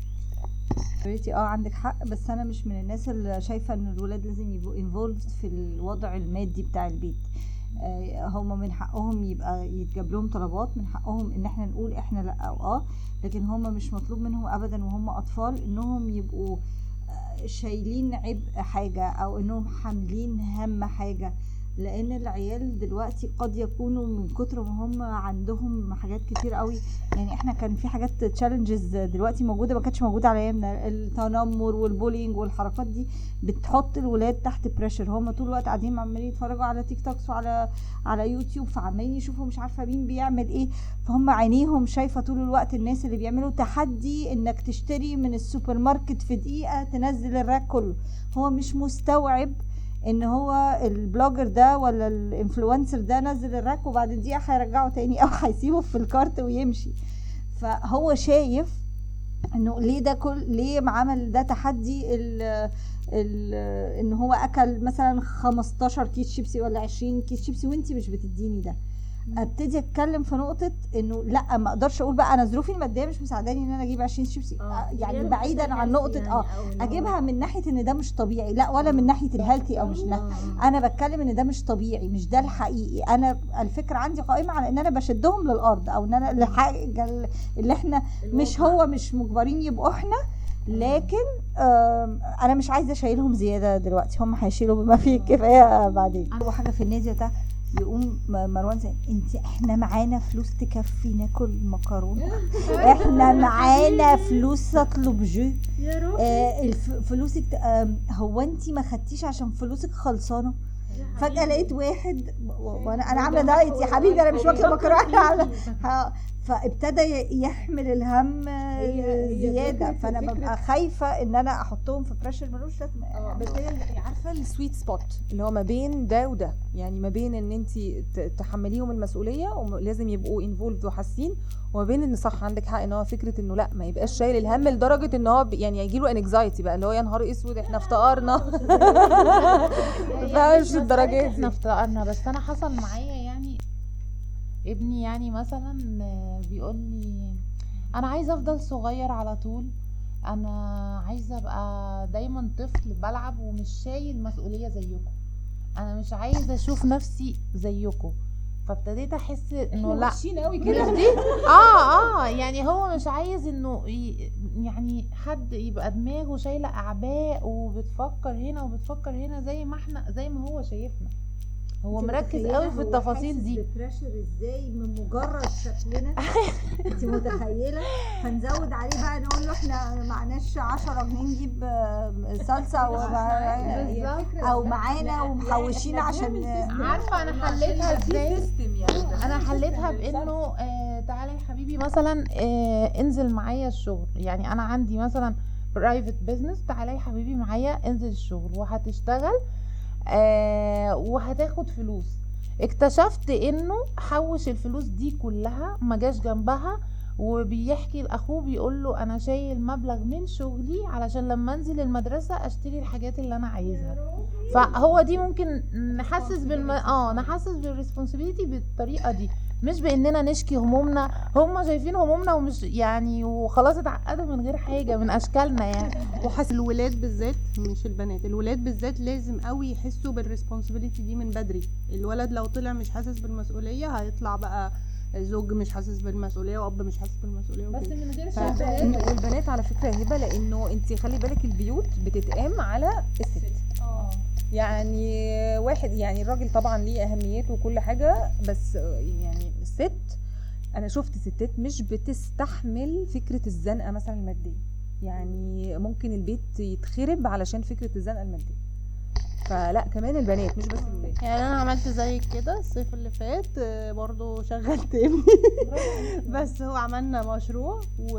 اه عندك حق، بس انا مش من الناس اللي شايفه ان الولاد لازم يبقوا انفولد في الوضع المادي بتاع البيت. آه هم من حقهم يبقى يتجاب لهم طلبات، من حقهم ان احنا نقول احنا لا او اه، لكن هم مش مطلوب منهم ابدا وهم اطفال انهم يبقوا آه شايلين عبء حاجه او انهم حاملين هم حاجه، لان العيال دلوقتي قد يكونوا من كتر ما هم عندهم حاجات كتير قوي. يعني احنا كان في حاجات تشالنجز دلوقتي موجوده ما كانتش موجوده على ايامنا، التنمر والبولينج والحركات دي بتحط الولاد تحت بريشر. هم طول الوقت قاعدين عمالين يتفرجوا على تيك توكس وعلى على يوتيوب، فعمالين يشوفوا مش عارفه مين بيعمل ايه، فهم عينيهم شايفه طول الوقت الناس اللي بيعملوا تحدي انك تشتري من السوبر ماركت في دقيقه تنزل الراك كله. هو مش مستوعب ان هو البلوجر ده ولا الانفلونسر ده نزل الراك وبعد دقيقه هيرجعه تاني او هيسيبه في الكارت ويمشي. فهو شايف انه ليه ده كل ليه عمل ده تحدي ال ال ان هو اكل مثلا خمستاشر كيس شيبسي ولا عشرين كيس شيبسي وانتي مش بتديني ده. ابتدي اتكلم في نقطه انه لا ما اقدرش اقول بقى انا ظروفي الماديه مش مساعداني ان انا اجيب عشرين شيبسي، آه يعني بعيدا عن نقطه يعني اه اجيبها من ناحيه ان ده مش طبيعي، لا ولا من ناحيه الهيلثي او مش لا، انا بتكلم ان ده مش طبيعي، مش ده الحقيقي. انا الفكره عندي قائمه على ان انا بشدهم للارض، او ان انا الحاجه اللي احنا مش هو مش مجبرين يبقوا احنا، لكن انا مش عايزه اشيلهم زياده دلوقتي، هم هيشيلوا بما فيه الكفايه بعدين. هو حاجه في النادي بتاع يقوم مروان زي انت احنا معانا فلوس تكفي ناكل مكرونه، احنا معانا فلوس اطلب جو آه فلوسك آه هو انت ما خدتيش عشان فلوسك خلصانه. فجاه لقيت واحد وانا انا عامله دايت يا حبيبي انا مش واكله مكرونه، فابتدى يحمل الهم زياده، فانا ببقى خايفه ان انا احطهم في بريشر ملوش لازمه. بس هي عارفه السويت سبوت اللي هو ما بين ده وده، يعني ما بين ان انت تحمليهم المسؤوليه ولازم يبقوا انفولد وحاسين، وما بين ان صح عندك حق ان هو فكره انه لا ما يبقاش شايل الهم لدرجه ان هو يعني هيجي له انكزايتي بقى اللي هو يا نهار اسود احنا افتقرنا. فمش الدرجه دي احنا افتقرنا. بس انا حصل معايا يعني ابني يعني مثلا بيقول لي انا عايزه افضل صغير على طول، انا عايزه ابقى دايما طفل بلعب ومش شايل مسؤوليه زيكم، انا مش عايزه اشوف نفسي زيكم. فابتديت احس انه لا قوي كده دي اه اه يعني هو مش عايز انه يعني حد يبقى دماغه شايله اعباء وبتفكر هنا وبتفكر هنا زي ما احنا زي ما هو شايفنا. هو مركز قوي في التفاصيل دي. البريشر ازاي من مجرد شكلنا انت متخيله؟ فنزود عليه بقى نقول له احنا معناش عشرة جنيه نجيب صلصه او معانا ومحوشين عشان عارفه انا حليتها ازاي. انا حليتها بانه آه تعالى يا حبيبي مثلا آه انزل معايا الشغل، يعني انا عندي مثلا برايفت بزنس، تعالى يا حبيبي معايا انزل الشغل وهتشتغل آه وهتاخد فلوس. اكتشفت انه حوش الفلوس دي كلها ما جاش جنبها، وبيحكي لاخوه بيقول له انا شايل مبلغ من شغلي علشان لما انزل المدرسه اشتري الحاجات اللي انا عايزها. فهو دي ممكن نحسس بالم... اه نحسس بالريسبونسبيلتي بالطريقه دي، مش باننا نشكي همومنا. هم شايفين همومنا ومش يعني وخلاص اتعقدوا من غير حاجه من اشكالنا يعني. وحاسس الولاد بالذات مش البنات، الولاد بالذات لازم قوي يحسوا بالريسبونسبيلتي دي من بدري. الولد لو طلع مش حاسس بالمسؤوليه هيطلع بقى زوج مش حاسس بالمسؤوليه واب مش حاسس بالمسؤوليه بس وكده. من غير ف- البنات والبنات على فكره يا هبه، لانه انت خلي بالك البيوت بتتقام على الست. اه يعني واحد يعني الراجل طبعا ليه اهميته وكل حاجه، بس يعني الست انا شفت ستات مش بتستحمل فكره الزنقه مثلا الماديه، يعني ممكن البيت يتخرب علشان فكره الزنقه الماديه. فلا كمان البنات مش بس الولاد. يعني انا عملت زي كده الصيف اللي فات، آه، برضو شغلت ابني بس هو عملنا مشروع و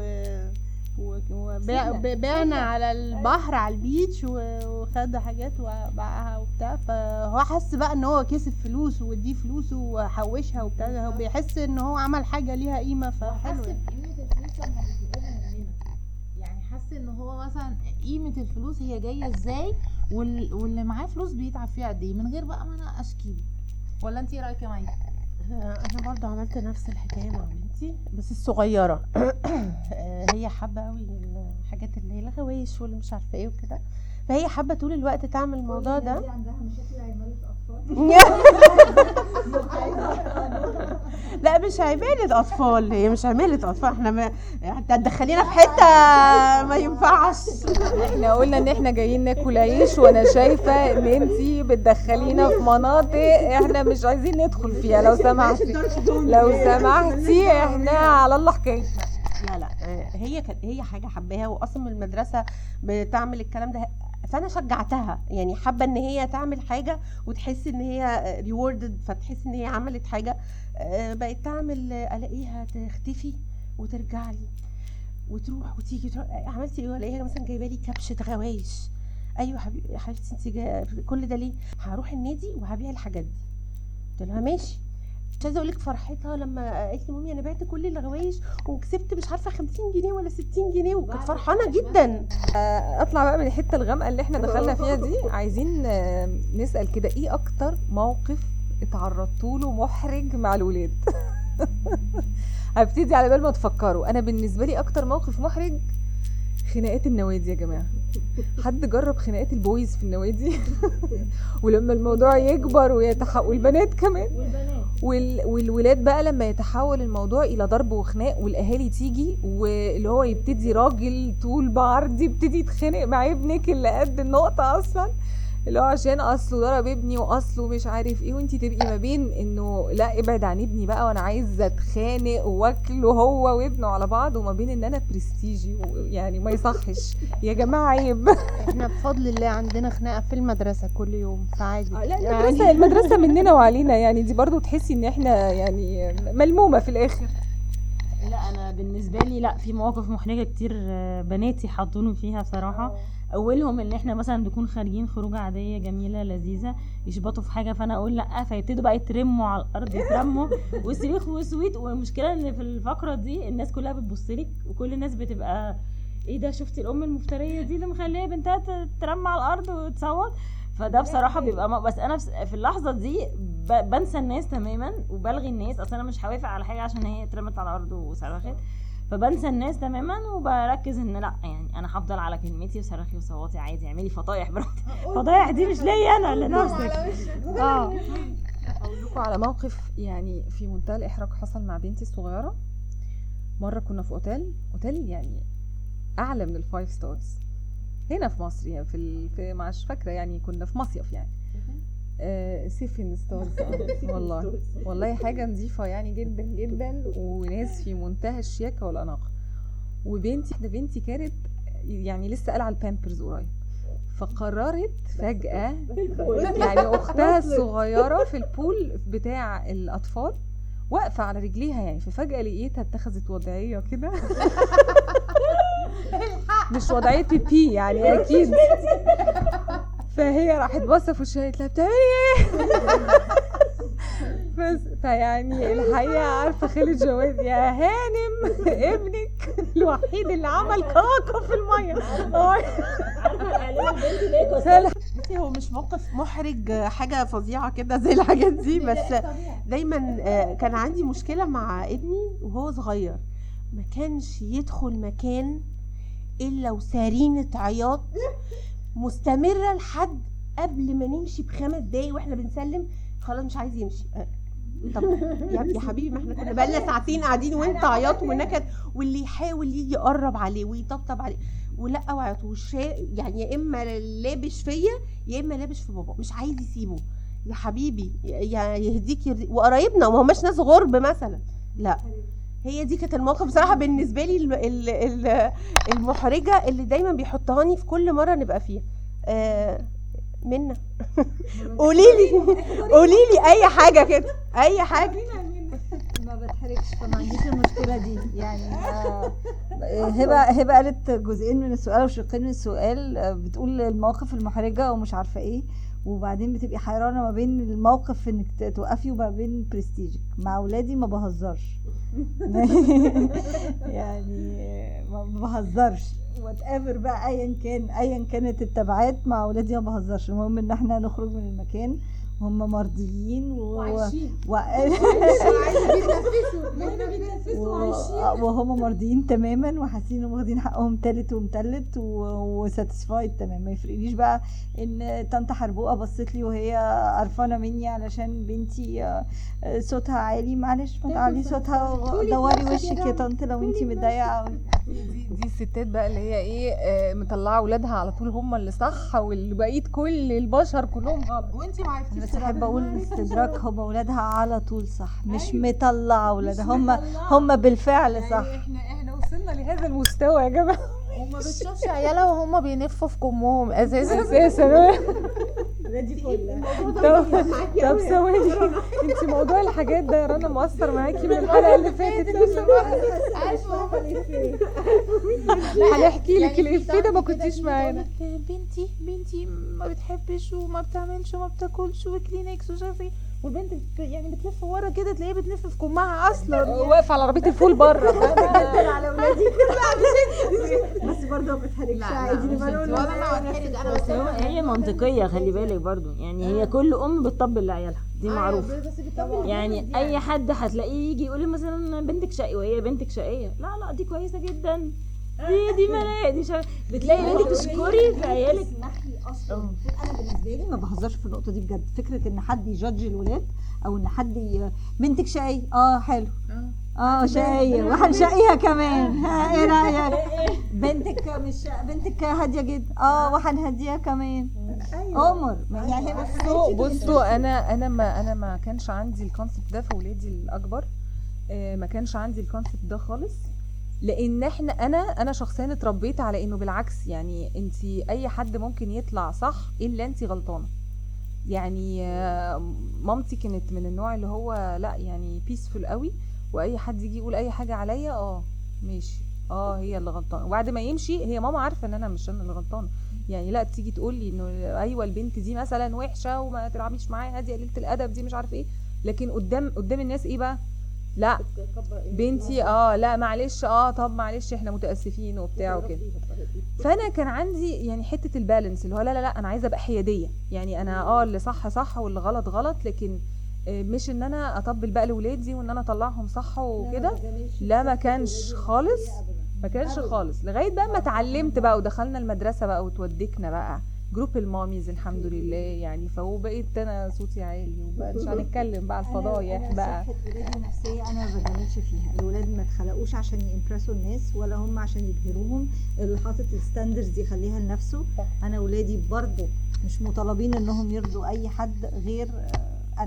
وبعنا على البحر على البيتش و- وخد حاجات وباعها وبتاع. فهو حس بقى ان هو كسب فلوس ودي فلوسه وحوشها وبتاع، هو بيحس ان هو عمل حاجه ليها قيمه فحلو. حس بقيمه الفلوس لما بتجيبها مننا، يعني حس ان هو مثلا قيمه الفلوس هي جايه ازاي، وال... واللي معاه فلوس بيتعب فيها قد ايه من غير بقى ما انا اشكي. ولا انت ايه رايك يا مي؟ انا برضو عملت نفس الحكايه مع بنتي بس الصغيره. هي حابه قوي الحاجات اللي هي الغوايش واللي مش عارفه ايه وكده، فهي حابه طول الوقت تعمل الموضوع ده. عندها مشاكل عمالة اطفال. لا مش عمالة اطفال، هي مش عمالة اطفال، احنا ما هتدخلينا في حته ما ينفعش. احنا قلنا ان احنا جايين ناكل عيش، وانا شايفه ان انتي بتدخلينا في مناطق احنا مش عايزين ندخل فيها. لو سمحتي لو سمحتي احنا على الله حكايتنا. لا لا هي كانت هي حاجه حباها، واصلا من المدرسه بتعمل الكلام ده، فانا شجعتها. يعني حابه ان هي تعمل حاجه وتحس ان هي ريوردد، فتحس ان هي عملت حاجه. بقت تعمل الاقيها تختفي وترجع لي وتروح وتيجي تروح. عملتي ايه؟ الاقيها مثلا جايبه لي كبشه غوايش. ايوه حبيبتي حبيبتي انت كل ده ليه؟ هروح النادي وهبيع الحاجات دي. قلت لها ماشي. مش عايزه اقول لك فرحتها لما قالت لي مامي انا بعت كل الغوايش وكسبت مش عارفه خمسين جنيه ولا ستين جنيه، وكانت فرحانه جدا. اطلع بقى من الحته الغامقه اللي احنا دخلنا فيها دي، عايزين نسال كده ايه اكتر موقف اتعرضتوا له محرج مع الولاد؟ هبتدي على بال ما تفكروا. انا بالنسبه لي اكتر موقف محرج خناقات النوادي يا جماعه. حد جرب خناقات البويز في النوادي؟ ولما الموضوع يكبر ويتحول والبنات كمان وال... والولاد بقى لما يتحول الموضوع الى ضرب وخناق، والاهالي تيجي واللي هو يبتدي راجل طول بعرض يبتدي يتخانق مع ابنك اللي قد النقطه اصلا، اللي هو عشان اصله ضرب ابني واصله مش عارف ايه، وانتي تبقي ما بين انه لا ابعد عن ابني بقى وانا عايزه اتخانق واكله هو وابنه على بعض، وما بين ان انا برستيجي يعني ما يصحش يا جماعه عيب. احنا بفضل الله عندنا خناقه في المدرسه كل يوم فعادي. لا المدرسه المدرسه مننا وعلينا، يعني دي برضو تحسي ان احنا يعني ملمومه في الاخر. لا انا بالنسبه لي لا، في مواقف محرجه كتير بناتي حطوني فيها بصراحه. اولهم ان احنا مثلا نكون خارجين خروجه عاديه جميله لذيذه، يشبطوا في حاجه فانا اقول لا، فيبتدوا بقى يترموا على الارض يترموا وصريخ وسويت. والمشكله ان في الفقره دي الناس كلها بتبص لك، وكل الناس بتبقى ايه ده، شفتي الام المفتريه دي اللي مخليه بنتها تترمى على الارض وتصوت؟ فده بصراحه بيبقى م... بس انا في اللحظه دي ب... بنسى الناس تماما وبلغي الناس. اصلا انا مش هوافق على حاجه عشان هي اترمت على الارض وصرخت، فبنسى الناس تماما وبركز ان لا، يعني انا هفضل على كلمتي وصرخي وصوتي عادي، اعملي فضايح براحتك. فضايح دي مش ليا انا، لنفسك. اه اقول لكم على موقف يعني في منتهى الاحراج حصل مع بنتي الصغيره. مره كنا في اوتيل اوتيل يعني اعلى من الفايف ستارز هنا في مصر، يعني في, ال... في مش فاكره يعني كنا في مصيف يعني آه سيفن ستارز. والله والله حاجه نظيفه يعني جدا جدا، وناس في منتهى الشياكه والاناقه. وبنتي ده بنتي كانت يعني لسه قلعه البامبرز قريب، فقررت فجاه يعني اختها الصغيره في البول بتاع الاطفال واقفه على رجليها يعني، ففجاه لقيتها اتخذت وضعيه كده مش وضعيه بي بي يعني اكيد. فهي راحت باصه في وشها قالت لها بتعملي ايه؟ بس فيعني الحقيقه عارفه خالد جواد يا هانم ابنك الوحيد اللي عمل كاكا في الميه. بصي هو مش موقف محرج حاجه فظيعه كده زي الحاجات دي، بس دايما كان عندي مشكله مع ابني وهو صغير، ما كانش يدخل مكان الا وسارينة عياط مستمره لحد قبل ما نمشي بخمس دقايق واحنا بنسلم خلاص مش عايز يمشي. طب يا يا حبيبي ما احنا كنا بقالنا ساعتين قاعدين وانت عياط ونكد، واللي يحاول يجي يقرب عليه ويطبطب عليه ولا وعيط وشا يعني يا اما لابش فيا يا اما لابش في بابا، مش عايز يسيبه. يا حبيبي يا يهديك يرضيك. وقرايبنا وما هماش ناس غرب مثلا، لا هي دي كانت الموقف بصراحه بالنسبه لي ال- ال- المحرجه اللي دايما بيحطهاني في كل مره نبقى فيها. آه منا قولي لي قولي لي اي حاجه كده، اي حاجه. ما بتحركش فما عنديش المشكله دي يعني. آه، هبه هبه قالت جزئين من السؤال وشقين من السؤال. آه، بتقول المواقف المحرجه ومش عارفه ايه، وبعدين بتبقي حيرانه ما بين الموقف انك ت- توقفي وما بين برستيجك. مع اولادي ما بهزرش يعني ما بهزرش وات ايفر بقى، ايا كان ايا كانت التبعات مع اولادي ما بهزرش. المهم ان احنا نخرج من المكان هم مرضيين و... وعايشين. و... و... وهم مرضيين تماما وحاسين انهم واخدين حقهم تالت ومتلت وساتسفايد تمام. ما يفرقليش بقى ان طنط حربوقه بصت لي وهي قرفانه مني علشان بنتي آه، صوتها عالي. معلش ما تعلي صوتها ودوري وشك يا طنط لو انتي متضايقه قوي. دي دي الستات بقى اللي هي ايه آه، مطلعه اولادها على طول هم اللي صح والبقيه كل البشر كلهم غلط وانتي ما عرفتيش. بس احب اقول الاستدراك هم اولادها على طول صح، مش مطلعه اولادها، هم هم بالفعل صح. احنا احنا وصلنا لهذا المستوى يا جماعه. وما بتشوفش عيالها وهم بينفوا في كمهم اساسا اساسا. دي فل. طب طب ثواني، انت موضوع الحاجات ده يا رنا مؤثر معاكي من الحلقه اللي فاتت؟ هنحكي لك الافيه ده ما كنتيش معانا. بنتي بنتي ما بتحبش وما بتعملش وما بتاكلش وكلينكس ومش عارفه ايه، والبنت بت- يعني بتلف ورا كده تلاقيها بتلف في كمها اصلا. واقف على عربيه الفول بره. على اولادي بس برضه ما بتحركش عادي. بس هو هي منطقيه، خلي بالك برضو يعني هي كل ام بتطبل لعيالها دي معروفه. يعني اي حد هتلاقيه يجي يقول لي مثلا بنتك شقي وهي بنتك شقيه، لا لا دي كويسه جدا، دي دي ملاك دي شا... بتلاقي انت تشكري في عيالك. اصلا انا بالنسبه لي ما بهزرش في النقطه دي بجد. فكره ان حد يجادج الولاد او ان حد ي... بنتك شقيه اه حلو اه شقيه وهنشقيها كمان ها ايه رايك؟ بنتك مش بنتك هاديه جدا اه وهنهديها كمان. عمر يعني هي ما بصوا بصوا انا انا ما انا ما كانش عندي الكونسبت ده في ولادي الاكبر. آه، ما كانش عندي الكونسبت ده خالص، لان احنا انا انا شخصيا اتربيت على انه بالعكس، يعني انت اي حد ممكن يطلع صح الا انت غلطانه. يعني آه، مامتي كانت من النوع اللي هو لا يعني بيسفول قوي، واي حد يجي يقول اي حاجه عليا اه ماشي اه هي اللي غلطانه، وبعد ما يمشي هي ماما عارفه ان انا مش انا اللي غلطانه. يعني لا تيجي تقول لي انه ايوه البنت دي مثلا وحشه وما تلعبيش معاها دي قليله الادب دي مش عارف ايه، لكن قدام قدام الناس ايه بقى؟ لا بنتي اه لا معلش اه طب معلش احنا متاسفين وبتاع وكده. فانا كان عندي يعني حته البالانس اللي هو لا لا لا انا عايزه ابقى حياديه، يعني انا اه اللي صح صح واللي غلط غلط، لكن آه، مش ان انا اطبل بقى لاولادي وان انا اطلعهم صح وكده. لا ما كانش خالص، ما كانش خالص لغايه بقى ما اتعلمت بقى ودخلنا المدرسه بقى وتوديكنا بقى جروب الماميز الحمد لله يعني. فهو بقيت انا صوتي عالي وبقى مش هنتكلم بقى الفضايح بقى. صحة ولادي نفسية أنا ما بجاملش فيها. الولاد ما اتخلقوش عشان يمبرسوا الناس ولا هم عشان يبهروهم. اللي حاطط الستاندرز يخليها لنفسه. أنا ولادي برضو مش مطالبين إنهم يرضوا أي حد غير آه،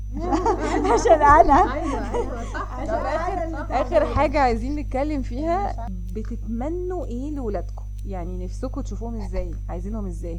أنا عشان أنا ايوه ايوه صح. عشان أنا اللي اخر حاجه عايزين نتكلم فيها، بتتمنوا ايه لولادكم؟ يعني نفسكم تشوفوهم ازاي؟ عايزينهم ازاي؟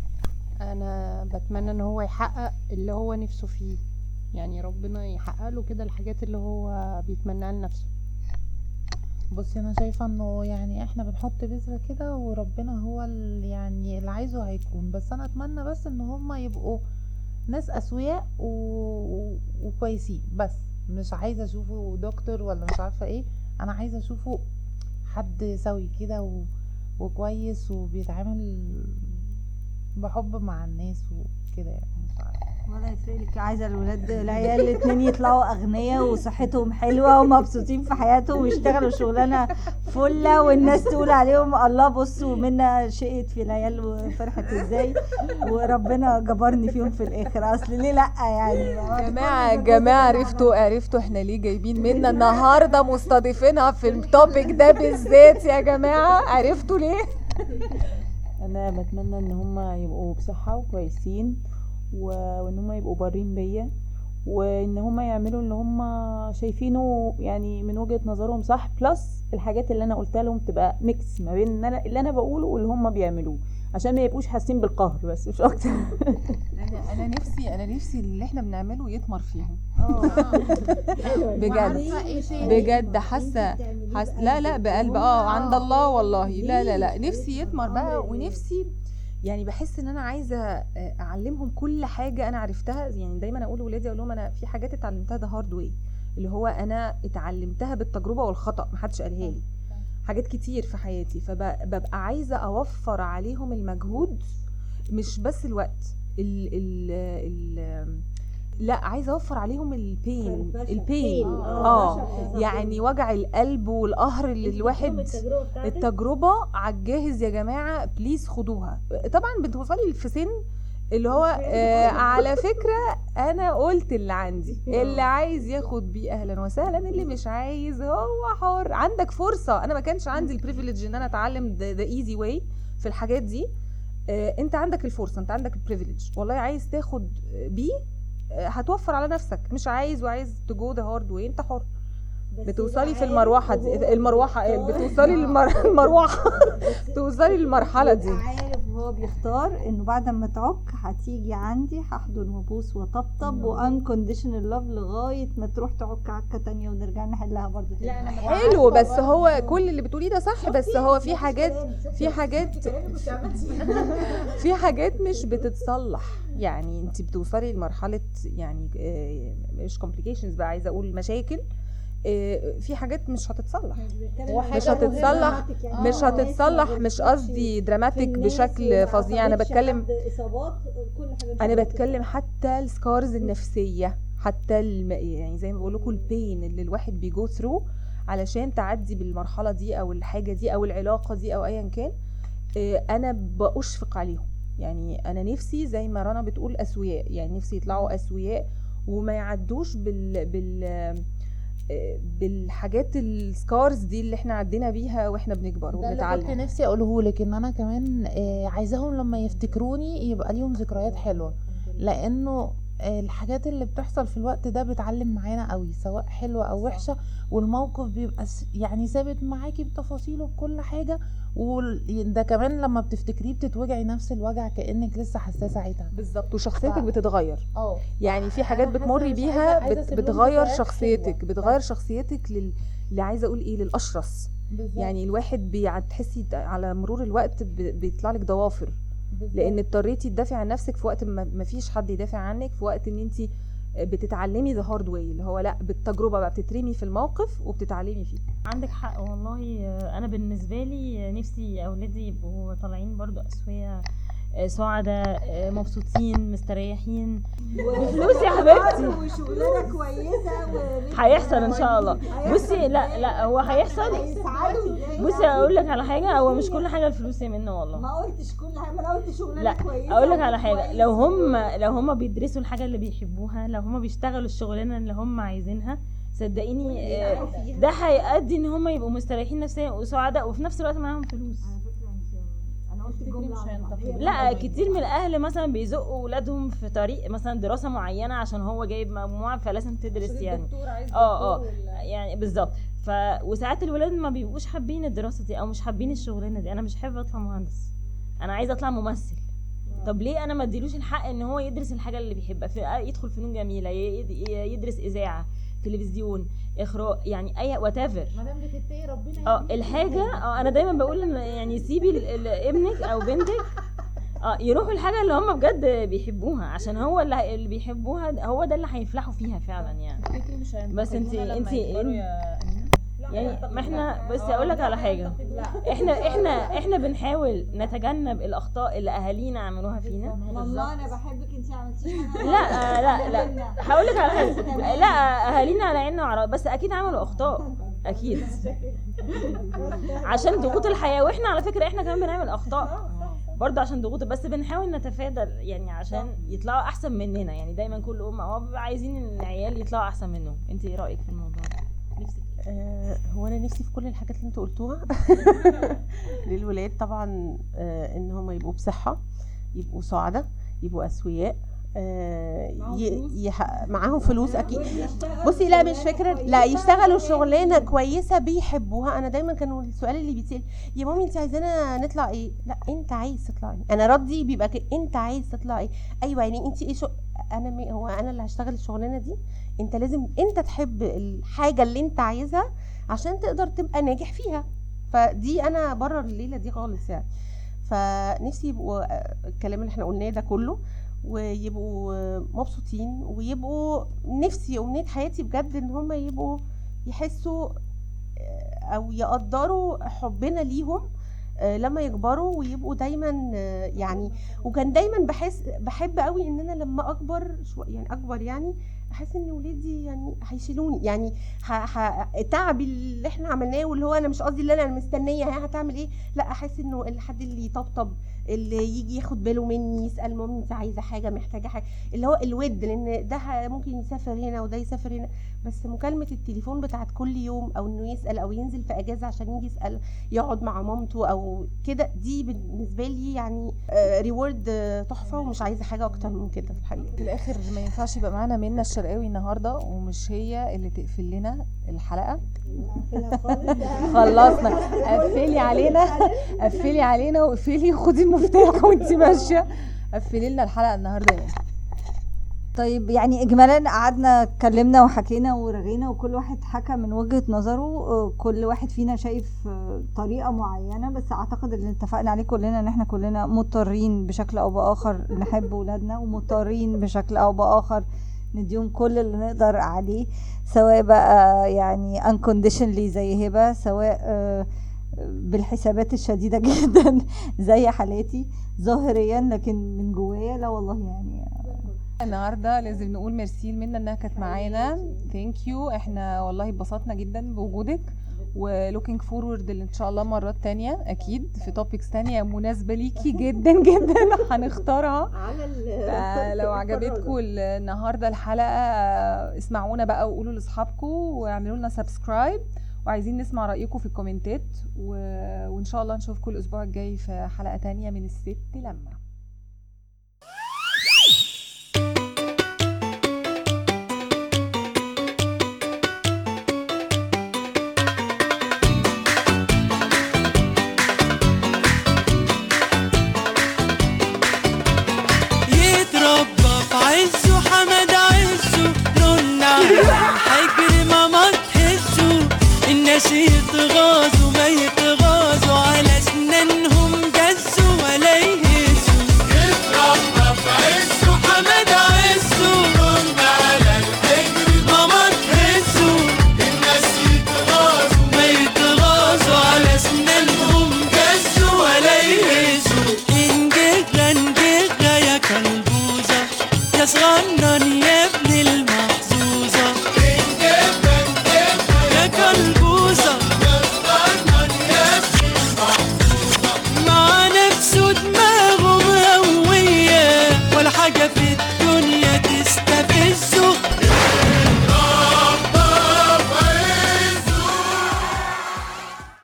انا بتمنى ان هو يحقق اللي هو نفسه فيه، يعني ربنا يحقق له كده الحاجات اللي هو بيتمناها لنفسه. بصي انا شايفه انه يعني احنا بنحط بذره كده وربنا هو اللي يعني اللي عايزه هيكون، بس انا اتمنى بس ان هم يبقوا ناس اسوياء و... و... وكويسين، بس مش عايزه اشوفه دكتور ولا مش عارفه ايه، انا عايزه اشوفه حد سوي كده و... وكويس وبيتعامل بحب مع الناس وكده يعني. مش عارفه ولا يفرق لك، عايزه الولاد العيال الاتنين يطلعوا اغنياء وصحتهم حلوه ومبسوطين في حياتهم ويشتغلوا شغلانه فله والناس تقول عليهم الله بصوا منا شقت في العيال وفرحت ازاي وربنا جبرني فيهم في الاخر. اصل ليه لا يعني جماعة جماعة عرفتوا عرفتوا احنا ليه جايبين منا النهارده مستضيفينها في التوبيك ده بالذات يا جماعة؟ عرفتوا ليه؟ انا بتمنى ان هم يبقوا بصحه وكويسين و- وان هم يبقوا بارين بيا، وان هم يعملوا اللي هم شايفينه يعني من وجهة نظرهم صح، بلس الحاجات اللي انا قلتها لهم تبقى ميكس ما بين اللي انا, اللي أنا بقوله واللي هم بيعملوه، عشان ما يبقوش حاسين بالقهر بس مش اكتر. انا انا نفسي انا نفسي اللي احنا بنعمله يثمر فيهم بجد بجد حاسه حاسه لا لا بقلب اه عند الله والله، لا لا لا نفسي يثمر بقى، ونفسي يعني بحس ان انا عايزه اعلمهم كل حاجه انا عرفتها. يعني دايما اقول لاولادي اقول لهم انا في حاجات اتعلمتها ده هارد واي، اللي هو انا اتعلمتها بالتجربه والخطا، محدش قالها لي حاجات كتير في حياتي، فببقى عايزه اوفر عليهم المجهود مش بس الوقت ال ال ال لا عايزه اوفر عليهم البين البين اه يعني وجع القلب والقهر اللي الواحد التجربه على الجاهز يا جماعه بليز خدوها. طبعا بتوصلي في سن اللي هو آه على فكره انا قلت اللي عندي، اللي عايز ياخد بيه اهلا وسهلا، اللي مش عايز هو حر. عندك فرصه، انا ما كانش عندي البريفيليج ان انا اتعلم ذا ايزي واي في الحاجات دي. آه انت عندك الفرصه، انت عندك البريفيليج، والله عايز تاخد بيه هتوفر على نفسك، مش عايز وعايز تجو ذا هارد واي انت حر. بتوصلي في المروحه دي المروحه بتوصلي للمروحه توصلي للمرحله دي. عارف هو بيختار انه بعد ما تعك هتيجي عندي هحضن وابوس وطبطب وانكونديشنال لاف لغايه ما تروح تعك عكه تانية ونرجع نحلها برضه. حلو، بس هو كل اللي بتقوليه ده صح، بس هو في حاجات في حاجات في حاجات مش بتتصلح. يعني انت بتوصلي لمرحله يعني مش complications بقى، عايزه اقول مشاكل، في حاجات مش هتتصلح مش هتتصلح مش هتصلح مش قصدي دراماتيك بشكل فظيع، انا بتكلم انا بتكلم حتى السكارز النفسيه، حتى الم... يعني زي ما بقول لكم البين اللي الواحد بيجو ثرو علشان تعدي بالمرحله دي او الحاجه دي او العلاقه دي او ايا كان. انا بأشفق عليهم، يعني انا نفسي زي ما رنا بتقول اسوياء، يعني نفسي يطلعوا اسوياء وما يعدوش بال بال بالحاجات السكارز دي اللي احنا عدينا بيها واحنا بنكبر وبنتعلم. ده اللي كنت نفسي اقوله لك، ان انا كمان عايزاهم لما يفتكروني يبقى ليهم ذكريات حلوه، لانه الحاجات اللي بتحصل في الوقت ده بتعلم معانا قوي، سواء حلوه او وحشه، والموقف بيبقى يعني ثابت معاكي بتفاصيله بكل حاجه، وده كمان لما بتفتكريه بتتوجعي نفس الوجع كانك لسه حاساه ساعتها بالظبط، وشخصيتك ف... بتتغير. اه يعني في حاجات بتمري بيها بت... بتغير شخصيتك بتغير شخصيتك لل... اللي عايزه اقول ايه للاشرس بالزبط. يعني الواحد بتحسي على مرور الوقت ب... بيطلع لك ضوافر بالزبط. لان اضطريتي تدافعي عن نفسك في وقت ما فيش حد يدافع عنك، في وقت ان انت بتتعلمي ذا هارد واي، اللي هو لا بالتجربه بقى بتترمي في الموقف وبتتعلمي فيه. عندك حق والله. انا بالنسبه لي نفسي اولادي يبقوا طالعين برضو اسويه سعداء مبسوطين مستريحين بفلوس يا حبيبتي وشغلانه كويسه هيحصل ان شاء الله. بصي لا لا هو هيحصل. بصي اقول لك على حاجه، هو مش كل حاجه الفلوس يا منى والله. ما قلتش كل حاجه، انا قلت شغلانه كويسه. لا اقول لك على حاجه، لو هم لو هم بيدرسوا الحاجه اللي بيحبوها، لو هم بيشتغلوا الشغلانه اللي هم عايزينها، صدقيني ده هيؤدي ان هم يبقوا مستريحين نفسيا وسعداء وفي نفس الوقت معاهم فلوس. لا كتير من الاهل مثلا بيزقوا اولادهم في طريق مثلا دراسه معينه عشان هو جايب مجموعه فلازم تدرس يعني اه اه يعني بالظبط. ف وساعات الولاد ما بيبقوش حابين الدراسه دي او مش حابين الشغلانه دي. انا مش حابه اطلع مهندس، انا عايزه اطلع ممثل. طب ليه انا ما اديلوش الحق ان هو يدرس الحاجه اللي بيحبها، في يدخل فنون جميله، يدرس اذاعه، تلفزيون، اخراج، يعني اي وات ايفر ما دام بتتقي ربنا اه الحاجه. اه انا دايما بقول ان يعني سيبي ال- ال- ابنك او بنتك اه يروحوا الحاجه اللي هم بجد بيحبوها، عشان هو اللي اللي بيحبوها هو ده اللي هيفلحوا فيها فعلا يعني. بس انت انت يعني ما احنا بس اقول لك على حاجه، احنا احنا احنا بنحاول نتجنب الاخطاء اللي اهالينا عملوها فينا. والله انا بحبك انت عملتيش حاجه. لا لا لا هقول لك على حاجه، لا اهالينا على عيننا وعلى، بس اكيد عملوا اخطاء اكيد عشان ضغوط الحياه، واحنا على فكره احنا كمان بنعمل اخطاء برضه عشان ضغوط، بس بنحاول نتفادى يعني عشان يطلعوا احسن مننا. يعني دايما كل ام او اب عايزين ان العيال يطلعوا احسن منهم. انت ايه رايك في الموضوع ده؟ نفسك آه هو انا نفسي في كل الحاجات اللي انتوا قلتوها للولاد طبعا، آه ان هم يبقوا بصحه، يبقوا سعداء، يبقوا اسوياء، آه ي- يح... معاهم فلوس اكيد. بصي لا مش فكره، لا يشتغلوا شغلانه كويسه بيحبوها. انا دايما كانوا السؤال اللي بيتسال يا مامي انت عايزانا نطلع ايه؟ لا انت عايز تطلع ايه؟ انا ردي بيبقى كده، انت عايز تطلع ايه؟ ايوه يعني انت ايه شو... انا م... هو انا اللي هشتغل الشغلانه دي؟ انت لازم انت تحب الحاجه اللي انت عايزها عشان تقدر تبقى ناجح فيها. فدي انا بره الليله دي خالص يعني. فنفسي يبقوا الكلام اللي احنا قلناه ده كله ويبقوا مبسوطين، ويبقوا نفسي امنيه حياتي بجد ان هم يبقوا يحسوا او يقدروا حبنا ليهم لما يكبروا ويبقوا دايما يعني. وكان دايما بحس بحب قوي ان انا لما اكبر شو يعني اكبر يعني احس ان ولادي يعني هيشيلوني يعني. التعب اللي احنا عملناه واللي هو انا مش قصدي اللي انا مستنيه ها هتعمل ايه، لا احس انه الحد اللي يطبطب، اللي يجي ياخد باله مني، يسال مامي انت عايزه حاجه، محتاجه حاجه، اللي هو الود. لان ده ممكن يسافر هنا وده يسافر هنا، بس مكالمه التليفون بتاعت كل يوم او انه يسال او ينزل في اجازه عشان يجي يسال يقعد مع مامته او كده، دي بالنسبه لي يعني ريورد تحفه، ومش عايزه حاجه اكتر من كده في الحقيقه. في الاخر ما ينفعش يبقى معانا منى الشرقاوي النهارده ومش هي اللي تقفل لنا الحلقه. خلصنا، قفلي علينا قفلي علينا وقفلي وخدي المفتاح وانت ماشيه، قفلي لنا الحلقه النهارده. طيب يعني اجمالا قعدنا اتكلمنا وحكينا ورغينا وكل واحد حكى من وجهة نظره، كل واحد فينا شايف طريقة معينة، بس اعتقد اللي اتفقنا عليه كلنا ان احنا كلنا مضطرين بشكل او باخر نحب ولادنا، ومضطرين بشكل او باخر نديهم كل اللي نقدر عليه، سواء بقى يعني unconditionally زي هبة، سواء بالحسابات الشديدة جدا زي حالاتي ظاهريا، لكن من جوايا لا والله. يعني النهارده لازم نقول ميرسي لمنى انها كانت معانا، ثانك يو. احنا والله اتبسطنا جدا بوجودك، ولوكينج فورورد ان شاء الله مرات تانية اكيد في توبكس تانية مناسبه ليكي جدا جدا هنختارها. على لو عجبتكم النهارده الحلقه اسمعونا بقى وقولوا لاصحابكم واعملوا لنا سبسكرايب، وعايزين نسمع رايكم في الكومنتات، و... وان شاء الله نشوفكم الاسبوع الجاي في حلقه تانية من الست لما. عزو حمد عزو رن على الحجر ما ما تحسوا الناس يتغاظوا